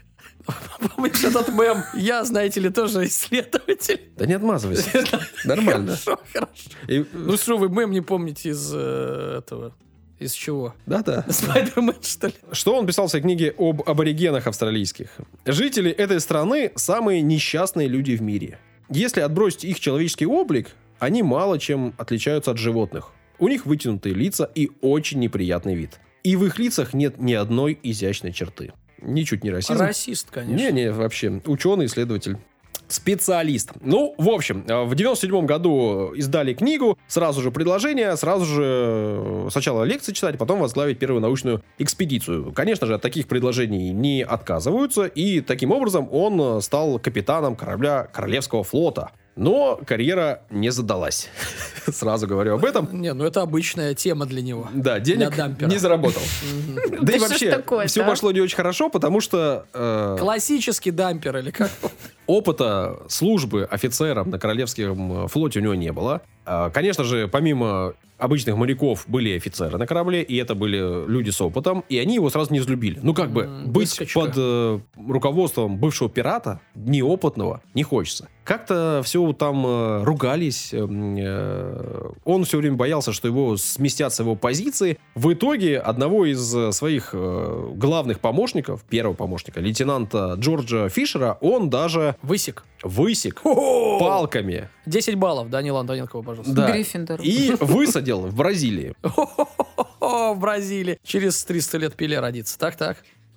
Speaker 2: Помнишь этот мем? Я, знаете ли, тоже исследователь.
Speaker 1: Да не отмазывайся. Нормально.
Speaker 2: Хорошо. Ну что, вы мем не помните из этого... Из чего?
Speaker 1: Да.
Speaker 2: Спайдермен, что ли?
Speaker 1: Что он писал в своей книге об аборигенах австралийских? Жители этой страны самые несчастные люди в мире. Если отбросить их человеческий облик, они мало чем отличаются от животных. У них вытянутые лица и очень неприятный вид. И в их лицах нет ни одной изящной черты. Ничуть не расизм.
Speaker 2: Расист, конечно.
Speaker 1: Не, вообще. Ученый, исследователь. Специалист. Ну, в общем, в 97 году издали книгу, сразу же предложение, сразу же сначала лекции читать, потом возглавить первую научную экспедицию. Конечно же, от таких предложений не отказываются, и таким образом он стал капитаном корабля Королевского флота. Но карьера не задалась. Сразу говорю об этом.
Speaker 2: Не, ну это обычная тема для него.
Speaker 1: Да, денег не заработал. Да и вообще, все пошло не очень хорошо, потому что...
Speaker 2: Классический дампер или как?
Speaker 1: Опыта службы офицером на Королевском флоте у него не было. Конечно же, помимо обычных моряков были офицеры на корабле, и это были люди с опытом, и они его сразу не взлюбили. Ну, как бы, быть под руководством бывшего пирата, неопытного, не хочется. Как-то все там ругались, он все время боялся, что его сместят с его позиции. В итоге одного из своих главных помощников, первого помощника, лейтенанта Джорджа Фишера, он даже... Высек палками.
Speaker 2: 10 баллов, Данила Антоненкова, пожалуйста.
Speaker 1: Да.
Speaker 3: Гриффиндор.
Speaker 1: И высадил в Бразилии.
Speaker 2: В Бразилии. Через 300 лет Пеле родится. Так.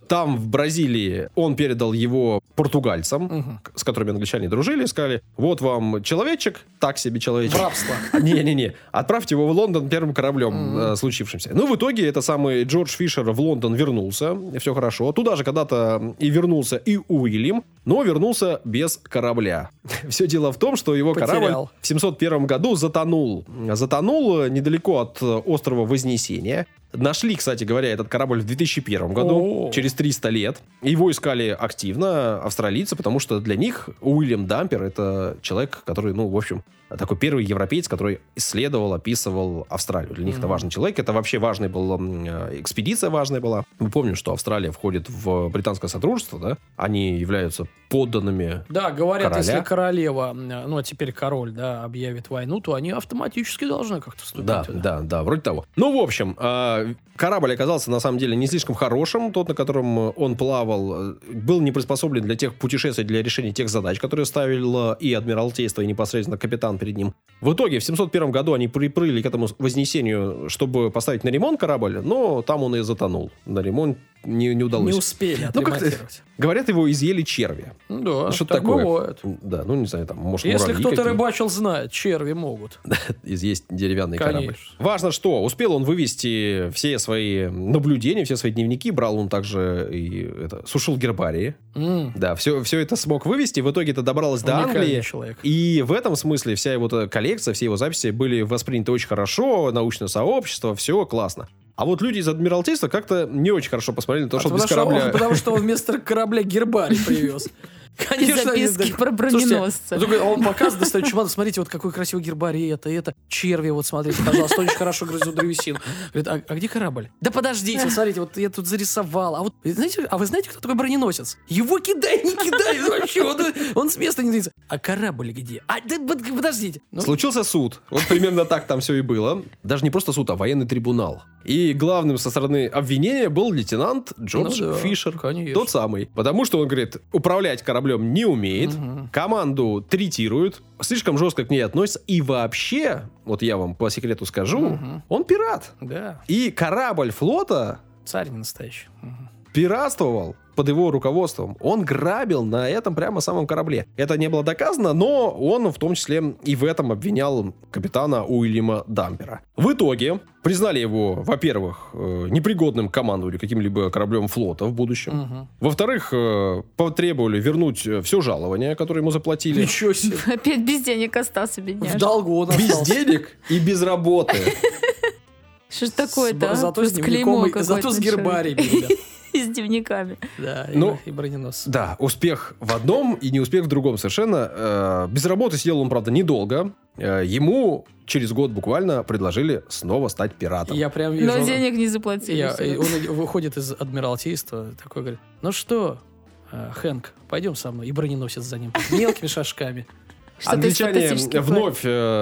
Speaker 1: Там, в Бразилии, он передал его португальцам, с которыми англичане дружили, и сказали, вот вам человечек, так себе человечек.
Speaker 2: В рабство.
Speaker 1: Не-не-не, отправьте его в Лондон первым кораблем случившимся. Ну, в итоге, это самый Джордж Фишер в Лондон вернулся, все хорошо. Туда же когда-то и вернулся и Уильям, но вернулся без корабля. Все дело в том, что его корабль в 701 году затонул. Затонул недалеко от острова Вознесения. Нашли, кстати говоря, этот корабль в 2001 году, через 300 лет. Его искали активно австралийцы, потому что для них Уильям Дампер — это человек, который, ну, в общем, такой первый европеец, который исследовал, описывал Австралию. Для них это важный человек. Это вообще важная была экспедиция важная была. Мы помним, что Австралия входит в британское содружество, да? Они являются подданными
Speaker 2: Да, говорят,
Speaker 1: короля.
Speaker 2: Если королева, ну, а теперь король, да, объявит войну, то они автоматически должны как-то вступить туда.
Speaker 1: Да, вроде того. Ну, в общем, корабль оказался, на самом деле, не слишком хорошим. Тот, на котором он плавал, был не приспособлен для тех путешествий, для решения тех задач, которые ставило и Адмиралтейство, и непосредственно капитан перед ним. В итоге, в 701 году они приплыли к этому Вознесению, чтобы поставить на ремонт корабль, но там он и затонул. На ремонт не удалось.
Speaker 2: Не успели отремонтировать.
Speaker 1: Говорят, его изъели черви.
Speaker 2: Да,
Speaker 1: что-то
Speaker 2: так
Speaker 1: такое.
Speaker 2: Бывает.
Speaker 1: Да, ну, не знаю, там, может,
Speaker 2: Если
Speaker 1: муравьи
Speaker 2: кто-то
Speaker 1: какие.
Speaker 2: рыбачил, знает, черви могут.
Speaker 1: Изъесть деревянный
Speaker 2: Конечно.
Speaker 1: корабль. Важно, что успел он вывести все свои наблюдения, все свои дневники. Брал он также и сушил гербарии. Да, все это смог вывести. В итоге это добралось до
Speaker 2: Уникальный
Speaker 1: Англии.
Speaker 2: человек.
Speaker 1: И в этом смысле вся его коллекция, все его записи были восприняты очень хорошо. Научное сообщество, все классно. А вот люди из Адмиралтейства как-то не очень хорошо посмотрели на то, что он без корабля...
Speaker 2: Потому что он вместо корабля гербарий привез. Конечно,
Speaker 3: записки про броненосца.
Speaker 2: Слушайте, он показывает, достает чемодан, смотрите, вот какой красивый гербарий, это, черви, вот смотрите, пожалуйста, очень хорошо грызут древесину. Говорит, а где корабль? Да подождите, смотрите, вот я тут зарисовал. А вы знаете, кто такой броненосец? Его кидай, не кидай, вообще, он с места не двигается. А корабль где? Да подождите.
Speaker 1: Случился суд. Вот примерно так там все и было. Даже не просто суд, а военный трибунал. И главным со стороны обвинения был лейтенант Джордж Фишер.
Speaker 2: Конечно.
Speaker 1: Тот самый. Потому что он, говорит, управлять кораблем не умеет, команду третирует, слишком жестко к ней относится. И вообще, вот я вам по секрету скажу, он пират.
Speaker 2: Да.
Speaker 1: И корабль флота
Speaker 2: Царь не настоящий.
Speaker 1: пиратствовал под его руководством. Он грабил на этом прямо самом корабле. Это не было доказано, но он в том числе и в этом обвинял капитана Уильяма Дампера. В итоге признали его, во-первых, непригодным к командованию каким-либо кораблем флота в будущем. Во-вторых, потребовали вернуть все жалование, которое ему заплатили.
Speaker 2: Ничего себе.
Speaker 3: Опять без денег остался, бедняжка.
Speaker 2: В долгу он
Speaker 1: Без
Speaker 2: остался.
Speaker 1: денег и без работы.
Speaker 3: Что ж такое-то, а?
Speaker 2: Зато
Speaker 3: Плюс
Speaker 2: с
Speaker 3: клеймо
Speaker 2: дневником, зато
Speaker 3: какое-то
Speaker 2: с
Speaker 3: на человеке.
Speaker 2: гербариями, ребят.
Speaker 3: И с дневниками.
Speaker 2: Да,
Speaker 1: Ну,
Speaker 2: и броненос.
Speaker 1: Да, успех в одном и не успех в другом совершенно. Без работы сидел он, правда, недолго. Ему через год буквально предложили снова стать пиратом.
Speaker 2: Я прям вижу.
Speaker 3: Но денег не заплатили.
Speaker 2: Он выходит из Адмиралтейства, такой говорит, ну что, Хэнк, пойдем со мной. И броненосец за ним мелкими шажками.
Speaker 3: Что-то из
Speaker 1: Англичане
Speaker 3: фантастических
Speaker 1: вновь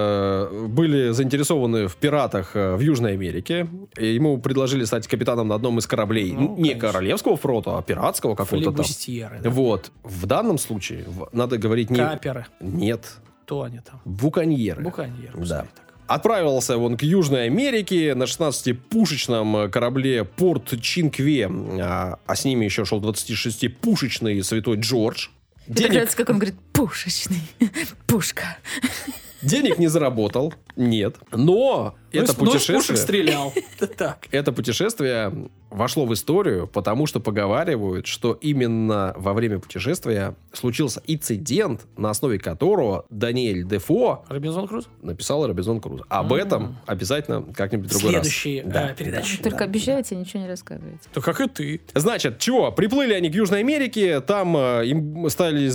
Speaker 1: были заинтересованы в пиратах в Южной Америке. И ему предложили стать капитаном на одном из кораблей.
Speaker 2: Ну,
Speaker 1: не
Speaker 2: конечно.
Speaker 1: королевского флота, а пиратского какого-то там.
Speaker 2: Флебустьеры. Да.
Speaker 1: Вот. В данном случае надо говорить не...
Speaker 2: Каперы.
Speaker 1: Нет.
Speaker 2: Кто они там?
Speaker 1: Буконьеры.
Speaker 2: Буконьеры.
Speaker 1: Да.
Speaker 2: пускай так.
Speaker 1: Отправился он к Южной Америке на 16-пушечном корабле Порт Чинкве, а с ними еще шел 26-пушечный Святой Джордж.
Speaker 3: Мне нравится, как он говорит, пушечный, пушка.
Speaker 1: Денег не заработал, нет. Но это
Speaker 2: Ну, из пушек
Speaker 1: путешествие...
Speaker 2: стрелял. Это так.
Speaker 1: Это путешествие вошло в историю, потому что поговаривают, что именно во время путешествия случился инцидент, на основе которого Даниэль Дефо
Speaker 2: Робинзон Круз?
Speaker 1: написал «Робинзон Крузо». Об этом обязательно как-нибудь в другой раз.
Speaker 2: Следующие
Speaker 1: Да.
Speaker 2: передачи.
Speaker 3: Только обещаете, ничего не рассказываете.
Speaker 2: Да как и ты.
Speaker 1: Значит, чего? Приплыли они к Южной Америке, там им ставились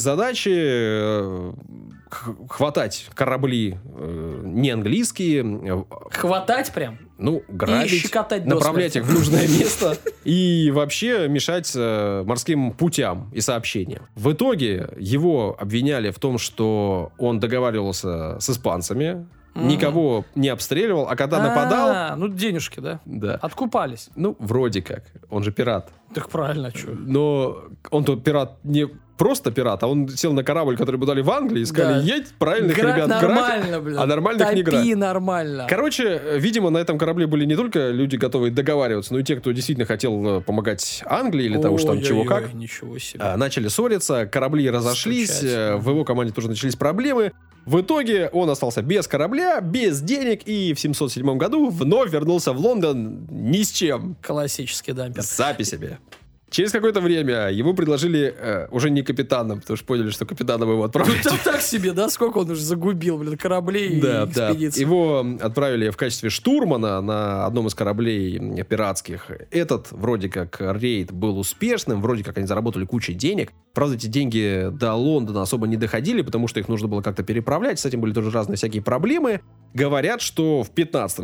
Speaker 1: задачи хватать корабли не английские,
Speaker 2: Хватать прям?
Speaker 1: ну, грабить,
Speaker 2: щекотать до
Speaker 1: направлять их
Speaker 2: смерти.
Speaker 1: в нужное место и вообще мешать морским путям и сообщениям. В итоге его обвиняли в том, что он договаривался с испанцами никого не обстреливал, а когда нападал...
Speaker 2: Ну, денежки, да?
Speaker 1: Да.
Speaker 2: Откупались.
Speaker 1: Ну, вроде как. Он же пират.
Speaker 2: Так правильно, что?
Speaker 1: Но он-то пират не просто пират, а он сел на корабль, который ему дали в Англии, и сказали,
Speaker 2: Да.
Speaker 1: едь правильных
Speaker 2: Грать
Speaker 1: ребят
Speaker 2: нормально, блин.
Speaker 1: а нормальных не грать.
Speaker 2: Топи нормально.
Speaker 1: Короче, видимо, на этом корабле были не только люди, готовые договариваться, но и те, кто действительно хотел помогать Англии или того, что там чего как.
Speaker 2: Ничего себе.
Speaker 1: Начали ссориться, корабли разошлись,
Speaker 2: Стучать.
Speaker 1: в его команде тоже начались проблемы. В итоге он остался без корабля, без денег, и в 707 году вновь вернулся в Лондон ни с чем.
Speaker 2: Классический дампер.
Speaker 1: С записями. Через какое-то время ему предложили уже не капитаном, потому что поняли, что капитаном его отправили.
Speaker 2: Ну, так себе, да? Сколько он уже загубил, блин, кораблей и
Speaker 1: Да.
Speaker 2: экспедиций.
Speaker 1: Его отправили в качестве штурмана на одном из кораблей пиратских. Этот, вроде как, рейд был успешным, вроде как они заработали кучу денег. Правда, эти деньги до Лондона особо не доходили, потому что их нужно было как-то переправлять. С этим были тоже разные всякие проблемы. Говорят, что в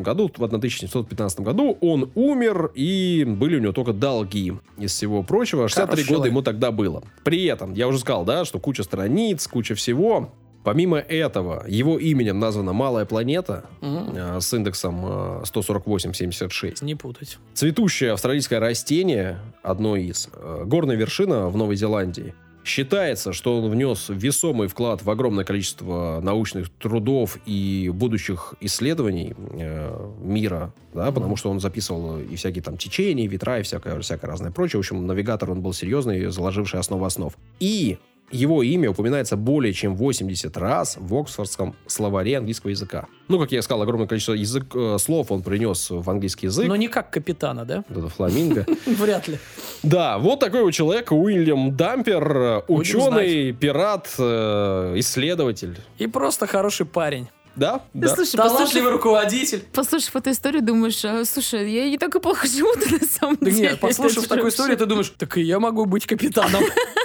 Speaker 1: 1715 году он умер, и были у него только долги. Из всего прочего, 63
Speaker 2: Хороший
Speaker 1: года ему тогда было. При этом, я уже сказал, да, что куча страниц, куча всего. Помимо этого, его именем названа Малая планета с индексом 148,76.
Speaker 2: Не путать.
Speaker 1: Цветущее австралийское растение, одно из, горная вершина в Новой Зеландии. Считается, что он внес весомый вклад в огромное количество научных трудов и будущих исследований мира, да, потому что он записывал и всякие там течения, ветра и всякое разное прочее. В общем, навигатор он был серьезный, заложивший основу основ. И его имя упоминается более чем 80 раз в Оксфордском словаре английского языка. Ну, как я сказал, огромное количество слов он принес в английский язык.
Speaker 2: Но не как капитана, да?
Speaker 1: Это фламинго.
Speaker 2: Вряд ли.
Speaker 1: Да, вот такой вот человек, Уильям Дампер, ученый, пират, исследователь.
Speaker 2: И просто хороший парень.
Speaker 1: Да, да.
Speaker 3: Слушай,
Speaker 2: Талантливый руководитель.
Speaker 3: послушав эту историю, думаешь, слушай, я не так и плохо живу-то на самом
Speaker 2: Да
Speaker 3: деле.
Speaker 2: нет, послушав
Speaker 3: Это же
Speaker 2: такую
Speaker 3: вообще-
Speaker 2: историю, ты думаешь, так и я могу быть капитаном.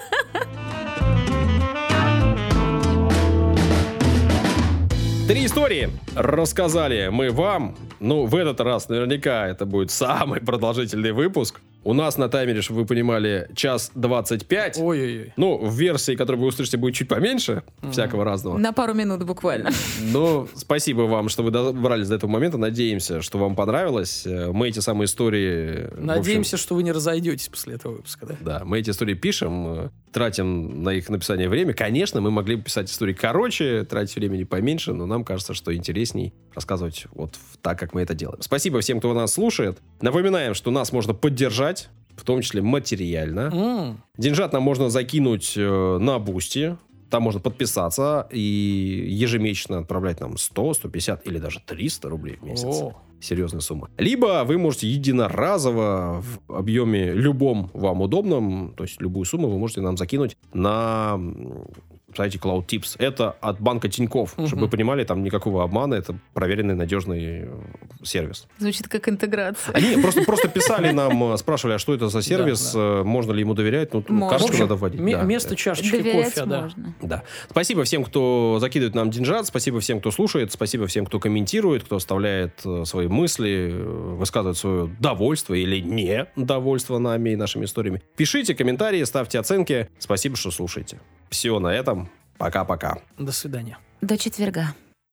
Speaker 1: Три истории рассказали мы вам. Ну, в этот раз наверняка это будет самый продолжительный выпуск. У нас на таймере, чтобы вы понимали, 1:25.
Speaker 2: Ой-ой-ой.
Speaker 1: Ну, в версии, которую вы услышите, будет чуть поменьше всякого разного.
Speaker 3: На пару минут буквально.
Speaker 1: Но спасибо вам, что вы добрались до этого момента. Надеемся, что вам понравилось. Мы эти самые истории... в общем,
Speaker 2: Надеемся, что вы не разойдетесь после этого выпуска, да?
Speaker 1: да, мы эти истории пишем, тратим на их написание время. Конечно, мы могли бы писать истории короче, тратить времени поменьше, но нам кажется, что интересней рассказывать вот так, как мы это делаем. Спасибо всем, кто нас слушает. Напоминаем, что нас можно поддержать, в том числе материально. Деньжат нам можно закинуть на Бусти. Там можно подписаться и ежемесячно отправлять нам 100, 150 или даже 300 рублей в месяц.
Speaker 2: О.
Speaker 1: Серьезная сумма. Либо вы можете единоразово в объеме любом вам удобном, то есть любую сумму вы можете нам закинуть на сайте Cloud Tips. Это от банка Тинькофф. Чтобы вы понимали, там никакого обмана, это проверенный, надежный сервис.
Speaker 3: Звучит как интеграция.
Speaker 1: Они просто писали нам, спрашивали, а что это за сервис, можно ли ему доверять. Ну,
Speaker 3: Можно.
Speaker 1: карточку
Speaker 2: В общем,
Speaker 1: надо вводить. Да.
Speaker 2: Вместо чашечки
Speaker 3: Доверять
Speaker 2: кофе, да.
Speaker 3: можно.
Speaker 1: Да. Спасибо всем, кто закидывает нам деньжат, спасибо всем, кто слушает, спасибо всем, кто комментирует, кто оставляет свои мысли, высказывает свое довольство или недовольство нами и нашими историями. Пишите комментарии, ставьте оценки. Спасибо, что слушаете. Все на этом. Пока-пока.
Speaker 2: До свидания.
Speaker 3: До четверга.